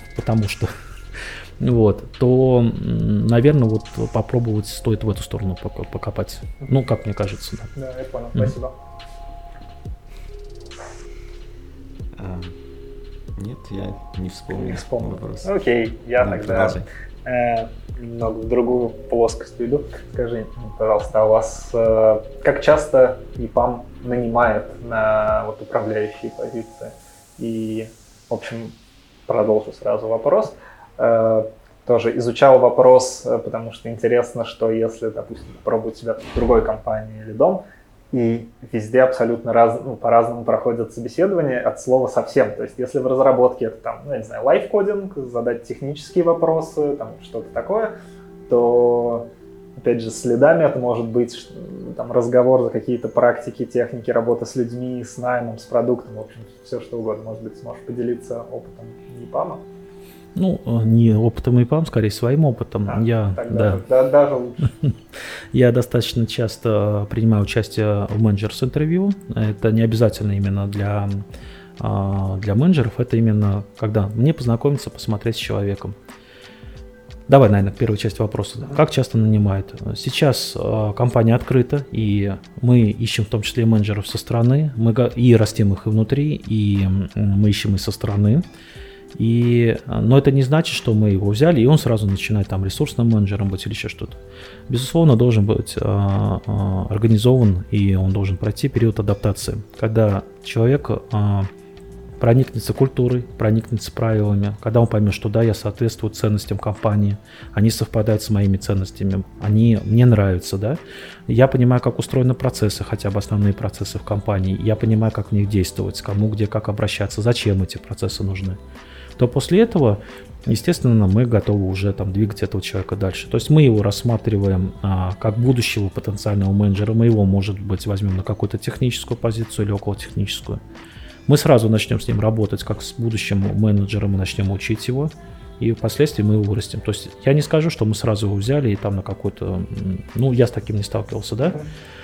вот, то, наверное, вот попробовать стоит в эту сторону покопать. Ну, как мне кажется. Да, я понял, спасибо. Нет, я не вспомнил вопрос. Окей, я тогда немного в другую плоскость уйду. Скажи, пожалуйста, а у вас как часто EPAM нанимает на вот управляющие позиции? И, в общем, продолжу сразу вопрос. Тоже изучал вопрос, потому что интересно, что если, допустим, попробовать себя в другой компании или дом, и везде абсолютно по-разному проходят собеседования от слова совсем. То есть если в разработке это там, ну, я не знаю, лайфкодинг, задать технические вопросы, там что-то такое, то, опять же, следами это может быть там разговор за какие-то практики, техники, работа с людьми, с наймом, с продуктом, в общем, все что угодно. Может быть, сможешь поделиться опытом EPAM? Ну, не опытом EPAM, скорее своим опытом. Даже лучше. Я достаточно часто принимаю участие в менеджерс интервью. Это не обязательно именно для менеджеров, это именно когда мне познакомиться, посмотреть с человеком. Давай, наверное, первая часть вопроса. Как часто нанимают? Сейчас компания открыта, и мы ищем в том числе менеджеров со стороны, мы и растим их и внутри, и мы ищем их со стороны. Но это не значит, что мы его взяли, и он сразу начинает там ресурсным менеджером быть или еще что-то. Безусловно, должен быть организован, и он должен пройти период адаптации, когда человек проникнется культурой, проникнется правилами, когда он поймет, что да, я соответствую ценностям компании, они совпадают с моими ценностями, они мне нравятся, да. Я понимаю, как устроены процессы, хотя бы основные процессы в компании, я понимаю, как в них действовать, кому, где, как обращаться, зачем эти процессы нужны. То после этого, естественно, мы готовы уже там двигать этого человека дальше. То есть мы его рассматриваем как будущего потенциального менеджера, мы его, может быть, возьмем на какую-то техническую позицию или околотехническую. Мы сразу начнем с ним работать как с будущим менеджером и начнем учить его, и впоследствии мы его вырастим. То есть я не скажу, что мы сразу его взяли и там на какой-то... Ну, я с таким не сталкивался, да?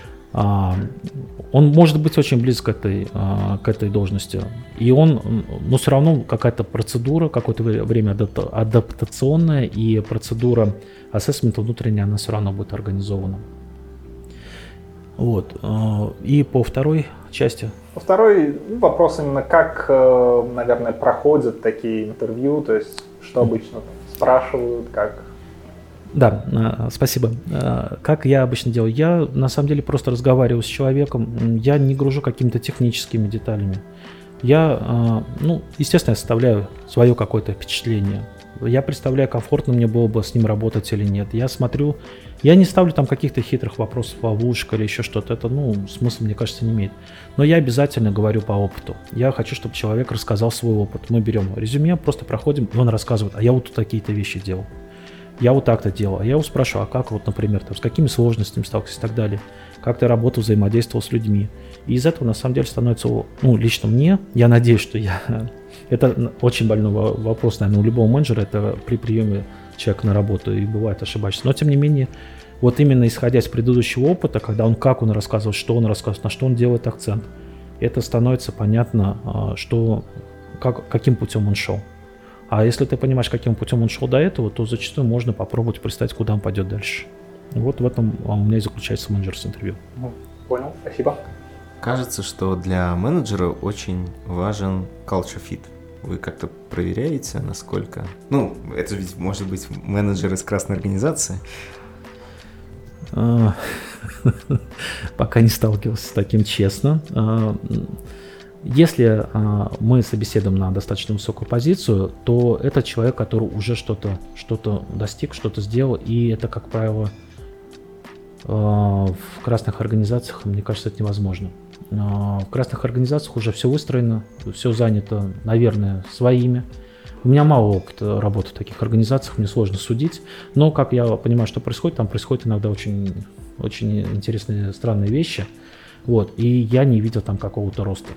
Он может быть очень близко к этой должности, и но все равно какая-то процедура, какое-то время адаптационная, и процедура ассессмента внутренняя, она все равно будет организована. Вот. И по второй части. По второй вопрос именно, как, наверное, проходят такие интервью, то есть что обычно спрашивают, как... Да, спасибо. Как я обычно делаю? Я на самом деле просто разговариваю с человеком, я не гружу какими-то техническими деталями. Я, естественно, я составляю свое какое-то впечатление. Я представляю, комфортно мне было бы с ним работать или нет. Я смотрю, я не ставлю там каких-то хитрых вопросов, ловушек или еще что-то. Это, смысла, мне кажется, не имеет. Но я обязательно говорю по опыту. Я хочу, чтобы человек рассказал свой опыт. Мы берем резюме, просто проходим, и он рассказывает, а я вот тут такие-то вещи делал. Я вот так-то делал. Я его спрашиваю, а как вот, например, с какими сложностями сталкивался и так далее. Как ты работал, взаимодействовал с людьми. И из этого, на самом деле, становится, лично мне, я надеюсь, что это очень больной вопрос, наверное, у любого менеджера, это при приеме человека на работу, и бывает ошибаешься. Но, тем не менее, вот именно исходя из предыдущего опыта, когда как он рассказывает, что он рассказывает, на что он делает акцент, это становится понятно, каким путем он шел. А если ты понимаешь, каким путем он шел до этого, то зачастую можно попробовать представить, куда он пойдет дальше. Вот в этом у меня и заключается менеджерс интервью. Понял, спасибо. Кажется, что для менеджера очень важен culture fit. Вы как-то проверяете, насколько... это ведь может быть менеджер из красной организации. Пока не сталкивался с таким, честно. Если мы собеседуем на достаточно высокую позицию, то это человек, который уже что-то достиг, что-то сделал, и это, как правило, в красных организациях, мне кажется, это невозможно. В красных организациях уже все выстроено, все занято, наверное, своими. У меня мало опыта работы в таких организациях, мне сложно судить, но, как я понимаю, что происходит, там происходят иногда очень, очень интересные, странные вещи, вот, и я не видел там какого-то роста.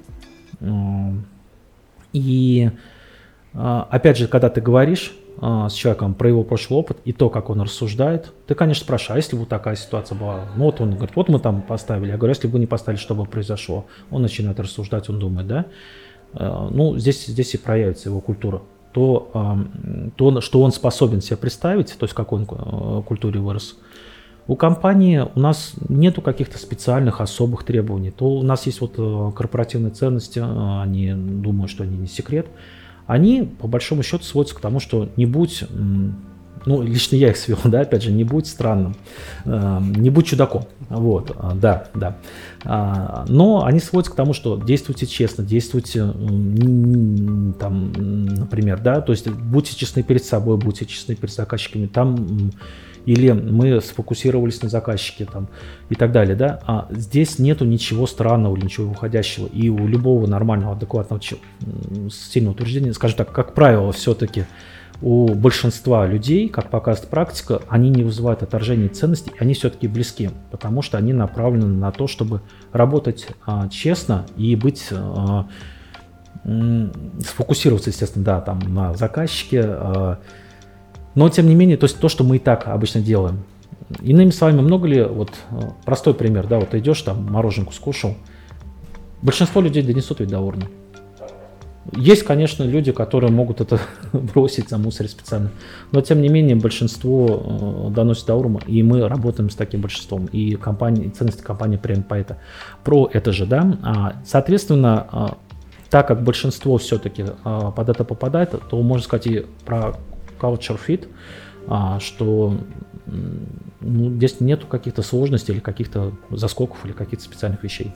И, опять же, когда ты говоришь с человеком про его прошлый опыт и то, как он рассуждает, ты, конечно, спрашиваешь, а если бы вот такая ситуация была? Ну, вот он говорит, вот мы там поставили. Я говорю, если бы вы не поставили, что бы произошло? Он начинает рассуждать, он думает, да? Ну, здесь и проявится его культура. То, что он способен себе представить, то есть в какой он культуре вырос. У компании у нас нету каких-то специальных особых требований. То у нас есть вот корпоративные ценности, они думают, что они не секрет. Они, по большому счету, сводятся к тому, что не будь, ну, лично я их свел, да, опять же, не будь странным, не будь чудаком, вот, да. Но они сводятся к тому, что действуйте честно, действуйте, там, например, да, то есть будьте честны перед собой, будьте честны перед заказчиками, там, или мы сфокусировались на заказчике, там, и так далее, да, а здесь нету ничего странного, ничего уходящего, и у любого нормального, адекватного, сильного утверждения, скажем так, как правило, все-таки у большинства людей, как показывает практика, они не вызывают отторжения ценностей, они все-таки близки, потому что они направлены на то, чтобы работать честно и быть, сфокусироваться, естественно, да, там, на заказчике, но, тем не менее, то есть то, что мы и так обычно делаем. Иными словами, много ли, вот простой пример, да, вот ты идешь, там, мороженку скушал, большинство людей донесут ведь до урны. Есть, конечно, люди, которые могут это бросить, замусорить специально, но, тем не менее, большинство доносит до урны, и мы работаем с таким большинством, и ценности компании прям про это же, да. Соответственно, так как большинство все-таки под это попадает, то можно сказать и про culture fit, что здесь нету каких-то сложностей или каких-то заскоков или каких-то специальных вещей.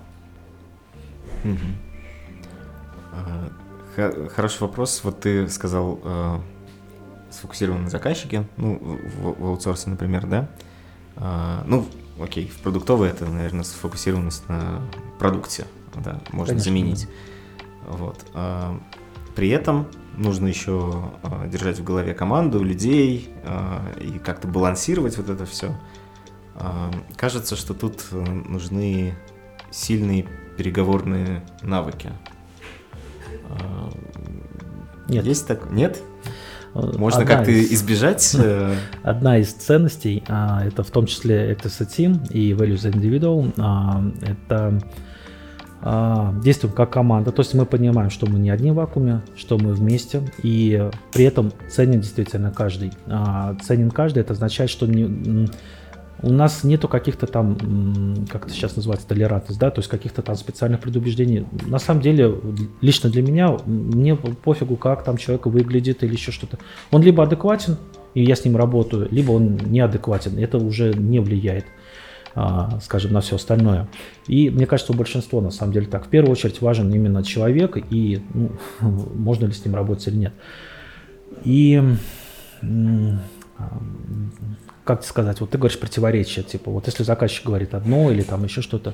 Хороший вопрос. Вот ты сказал сфокусирован на заказчике, ну, в аутсорсе, например, да? Ну, окей, в продуктовой это, наверное, сфокусированность на продукте, да, можно Конечно. Заменить. Вот. При этом нужно еще держать в голове команду, людей и как-то балансировать вот это все. Кажется, что тут нужны сильные переговорные навыки. Нет. Есть так? Нет? Можно как-то избежать? Одна из ценностей, это в том числе Actors a Team и Values Individual, это действуем как команда, то есть мы понимаем, что мы не одни в вакууме, что мы вместе, и при этом ценен действительно каждый. Ценен каждый, это означает, что у нас нету каких-то там, как это сейчас называется, толерантность, да, то есть каких-то там специальных предубеждений. На самом деле, лично для меня, мне пофигу, как там человек выглядит или еще что-то. Он либо адекватен, и я с ним работаю, либо он неадекватен, это уже не влияет, скажем, на все остальное. И мне кажется, у большинства на самом деле так. В первую очередь важен именно человек и можно ли с ним работать или нет. И как сказать, вот ты говоришь противоречие, типа вот если заказчик говорит одно или там еще что-то.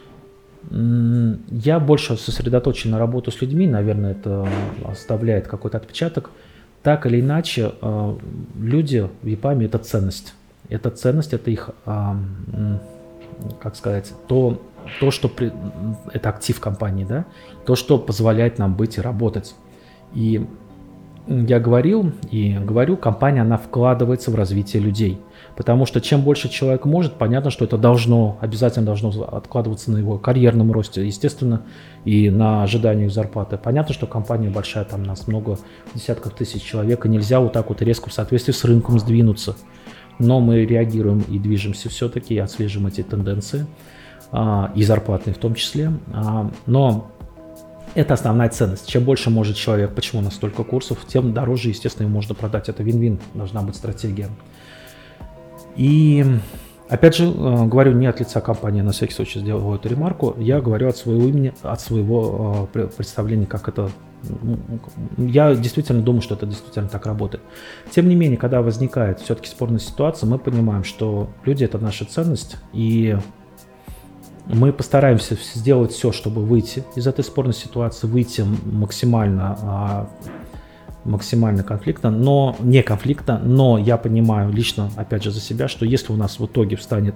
Я больше сосредоточен на работу с людьми, наверное, это оставляет какой-то отпечаток. Так или иначе, люди в EPAM это ценность. Это ценность, это их, как сказать, то что это актив компании, да, то, что позволяет нам быть и работать. И я говорил и говорю, компания, она вкладывается в развитие людей. Потому что чем больше человек может, понятно, что это обязательно должно откладываться на его карьерном росте, естественно, и на ожиданиях зарплаты. Понятно, что компания большая, там нас много десятков тысяч человек, и нельзя вот так вот резко в соответствии с рынком сдвинуться. Но мы реагируем и движемся все-таки, и отслеживаем эти тенденции, и зарплатные в том числе. Но это основная ценность. Чем больше может человек, почему у нас столько курсов, тем дороже, естественно, ему можно продать. Это вин-вин, должна быть стратегия. И Опять же, говорю не от лица компании, на всякий случай сделаю эту ремарку, я говорю от своего имени, от своего представления, как это... Я действительно думаю, что это действительно так работает. Тем не менее, когда возникает все-таки спорная ситуация, мы понимаем, что люди — это наша ценность, и мы постараемся сделать все, чтобы выйти из этой спорной ситуации, выйти максимально конфликтно, но не конфликтно, но я понимаю лично, опять же, за себя, что если у нас в итоге встанет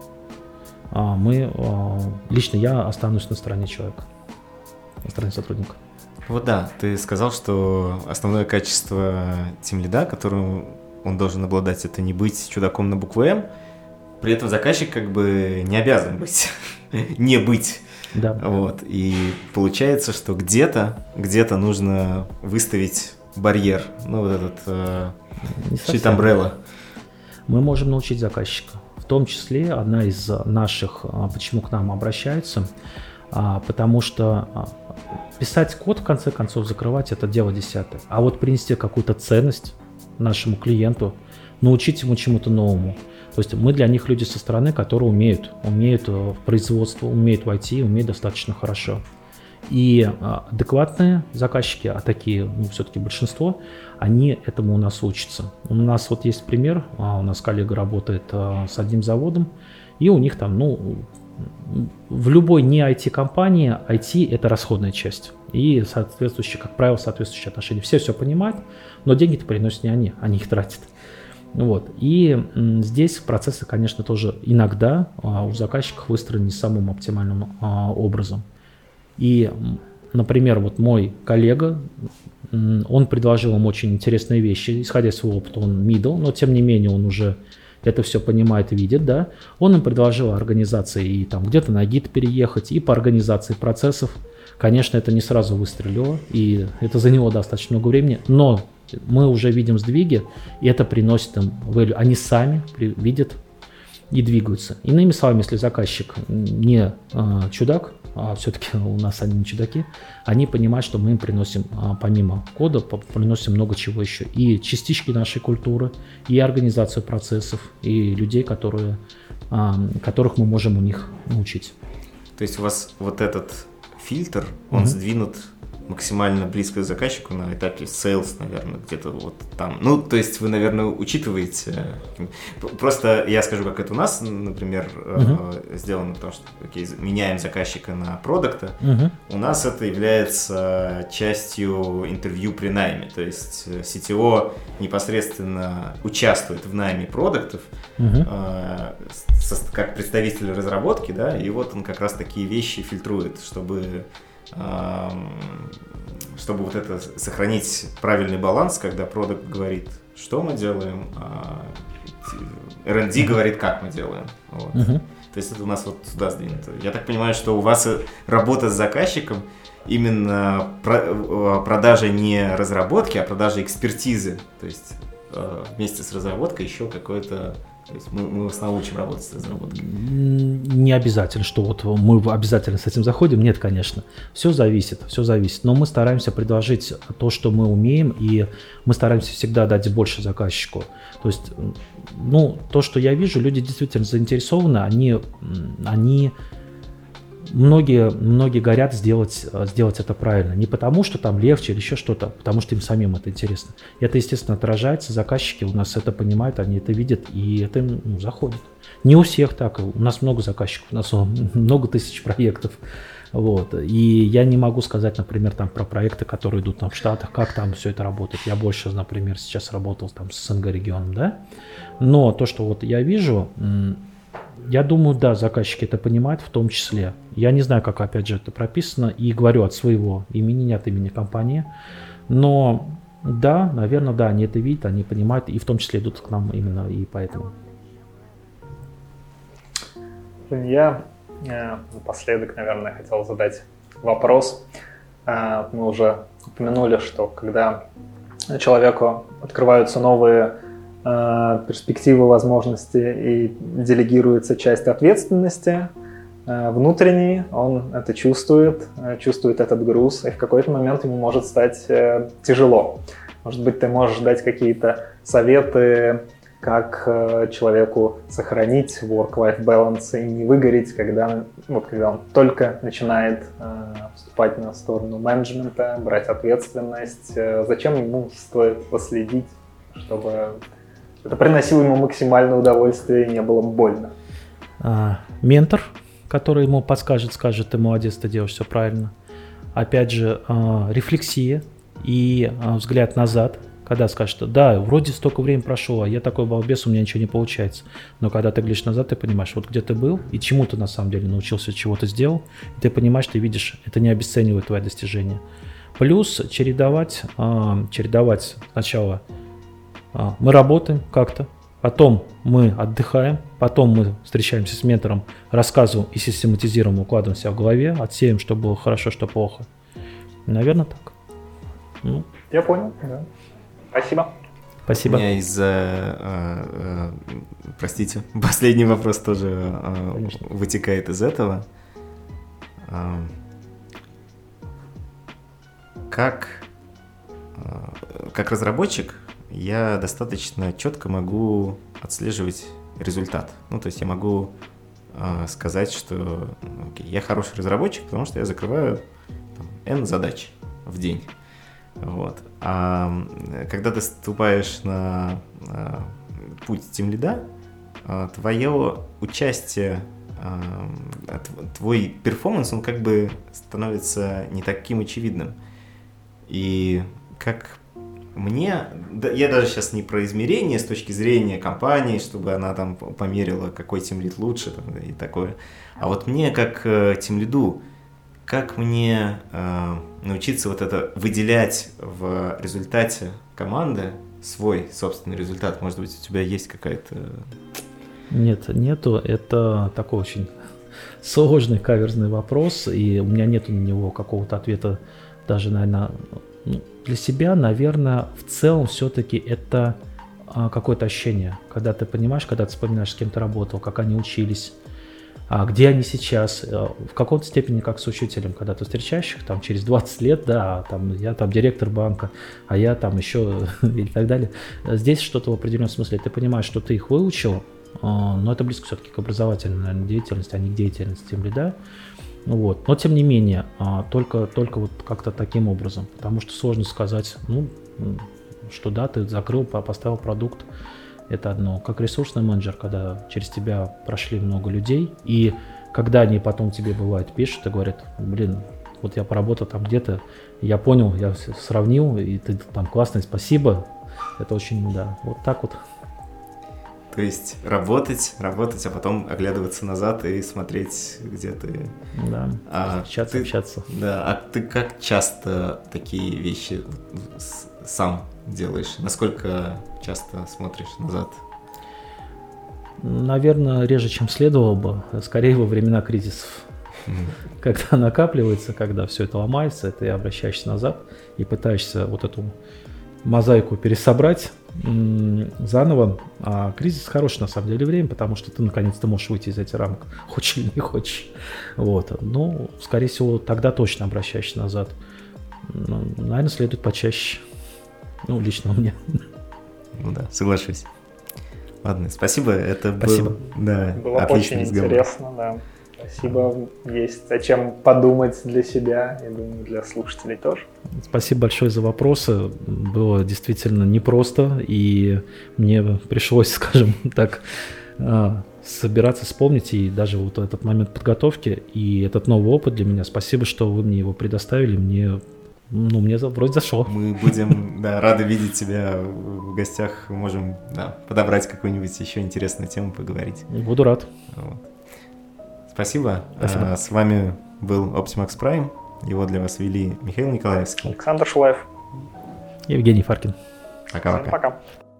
лично я останусь на стороне человека, на стороне сотрудника. Вот да, ты сказал, что основное качество тимлида, которым он должен обладать, это не быть чудаком на букву «М», при этом заказчик как бы не обязан быть, не быть. Да. Вот. И получается, что где-то нужно выставить барьер, ну вот этот щит umbrella. Мы можем научить заказчика. В том числе одна из наших, почему к нам обращаются, потому что писать код, в конце концов, закрывать — это дело десятое. А вот принести какую-то ценность нашему клиенту, научить ему чему-то новому. То есть мы для них люди со стороны, которые умеют в производство, умеют в IT, умеют достаточно хорошо. И адекватные заказчики, а такие, все-таки большинство, они этому у нас учатся. У нас вот есть пример, у нас коллега работает с одним заводом, и у них там, в любой не IT-компании IT — это расходная часть. И соответствующие, как правило, соответствующие отношения. Все понимают, но деньги-то приносят не они их тратят. Вот. И здесь процессы, конечно, тоже иногда у заказчиков выстроены не самым оптимальным образом. И, например, вот мой коллега, он предложил им очень интересные вещи, исходя из своего опыта, он middle, но тем не менее он уже это все понимает и видит, да. Он им предложил организации и там где-то на гид переехать, и по организации процессов. Конечно, это не сразу выстрелило, и это заняло достаточно много времени, но мы уже видим сдвиги, и это приносит им value. Они сами видят и двигаются. Иными словами, если заказчик не чудак, а все-таки у нас они не чудаки, они понимают, что мы им приносим, помимо кода, приносим много чего еще. И частички нашей культуры, и организацию процессов, и людей, которых мы можем у них научить. То есть у вас вот этот фильтр, он сдвинут максимально близко к заказчику на этапе sales, наверное, где-то вот там. Ну, то есть вы, наверное, учитываете... Просто я скажу, как это у нас, например, сделано, потому что меняем заказчика на продукта. У нас это является частью интервью при найме. То есть CTO непосредственно участвует в найме продуктов как представитель разработки, да, и вот он как раз такие вещи фильтрует, чтобы вот это сохранить правильный баланс, когда продакт говорит, что мы делаем, а R&D говорит, как мы делаем. Вот. То есть это у нас вот сюда сдвинуто. Я так понимаю, что у вас работа с заказчиком именно продажа не разработки, а продажа экспертизы. То есть вместе с разработкой еще какое-то... То есть мы вас научим работать с разработкой. Не обязательно, что вот мы обязательно с этим заходим. Нет, конечно. Все зависит. Но мы стараемся предложить то, что мы умеем, и мы стараемся всегда дать больше заказчику. То есть, то, что я вижу, люди действительно заинтересованы, они многие горят сделать это правильно. Не потому, что там легче или еще что-то, потому что им самим это интересно. И это, естественно, отражается. Заказчики у нас это понимают, они это видят, и это им заходит. Не у всех так. У нас много заказчиков, у нас много тысяч проектов. Вот. И я не могу сказать, например, там, про проекты, которые идут там в Штатах, как там все это работает. Я больше, например, сейчас работал там с СНГ регионом, да. Но то, что вот я вижу... Я думаю, да, заказчики это понимают в том числе. Я не знаю, как, опять же, это прописано, и говорю от своего имени, не от имени компании. Но да, наверное, да, они это видят, они понимают, и в том числе идут к нам именно и поэтому. Я напоследок, наверное, хотел задать вопрос. Мы уже упомянули, что когда человеку открываются новые перспективы, возможности и делегируется часть ответственности внутренней, он это чувствует этот груз, и в какой-то момент ему может стать тяжело. Может быть, ты можешь дать какие-то советы как человеку сохранить work-life balance и не выгореть, когда он только начинает вступать на сторону менеджмента, брать ответственность. Зачем ему стоит последить, чтобы это приносило ему максимальное удовольствие и не было больно? Ментор, который ему подскажет, скажет: ты молодец, ты делаешь все правильно. Опять же, рефлексия и взгляд назад, когда скажешь, что да, вроде столько времени прошло, а я такой балбес, у меня ничего не получается. Но когда ты глядишь назад, ты понимаешь, вот где ты был и чему ты на самом деле научился, чего ты сделал, и ты понимаешь, ты видишь, это не обесценивает твои достижения. Плюс чередовать сначала мы работаем как-то, потом мы отдыхаем, потом мы встречаемся с ментором, рассказываем и систематизируем, укладываем себя в голове, отсеем, что было хорошо, что плохо. Наверное, так. Я понял, да. Спасибо. Спасибо. У меня простите, последний вопрос тоже вытекает из этого. Как разработчик я достаточно четко могу отслеживать результат. То есть я могу сказать, что окей, я хороший разработчик, потому что я закрываю N задач в день. Вот. А когда ты ступаешь на путь тимлида, твое участие, твой перформанс, он как бы становится не таким очевидным. И как мне, я даже сейчас не про измерение с точки зрения компании, чтобы она там померила, какой тимлид лучше и такое, а вот мне как тимлиду, как мне научиться вот это выделять в результате команды свой собственный результат? Может быть, у тебя есть какая-то... Нету. Это такой очень сложный, каверзный вопрос, и у меня нету на него какого-то ответа даже, наверное, для себя, наверное, в целом все-таки это какое-то ощущение, когда ты понимаешь, когда ты вспоминаешь, с кем ты работал, как они учились, где они сейчас, в какой-то степени как с учителем, когда ты встречаешь их там через 20 лет, да, там я там директор банка, а я там еще и так далее. Здесь что-то в определенном смысле, ты понимаешь, что ты их выучил, но это близко все-таки к образовательной, наверное, деятельности, а не к деятельности тимлида. Вот. Но тем не менее, только вот как-то таким образом, потому что сложно сказать, что да, ты закрыл, поставил продукт. Это одно. Как ресурсный менеджер, когда через тебя прошли много людей, и когда они потом тебе, бывает, пишут и говорят: вот я поработал там где-то, я понял, я сравнил, и ты там классный, спасибо. Это очень, да, вот так вот. То есть работать, а потом оглядываться назад и смотреть, где ты. Да, общаться. Да, а ты как часто такие вещи сам делаешь? Насколько часто смотришь назад? Наверное, реже, чем следовало бы. Скорее во времена кризисов. Когда накапливается, когда все это ломается, ты обращаешься назад и пытаешься вот эту мозаику пересобрать заново. А кризис хорошее на самом деле время, потому что ты наконец-то можешь выйти из этих рамок, хочешь или не хочешь. Вот. Ну, скорее всего, тогда точно обращаешься назад. Наверное, следует почаще. Лично у меня. Да, соглашусь. Ладно, спасибо. Спасибо. Было очень разговор. Интересно, да. Спасибо. Есть о чем подумать для себя, я думаю, для слушателей тоже. Спасибо большое за вопросы. Было действительно непросто, и мне пришлось, скажем так, собираться, вспомнить, и даже вот этот момент подготовки, и этот новый опыт для меня. Спасибо, что вы мне его предоставили. Мне вроде зашло. Мы будем рады видеть тебя в гостях. Можем подобрать какую-нибудь еще интересную тему, поговорить. Буду рад. Вот. Спасибо. С вами был Optimax Prime. Его для вас вели Михаил Николаевский, Александр Шулаев, Евгений Фаркин. Пока-пока. Пока.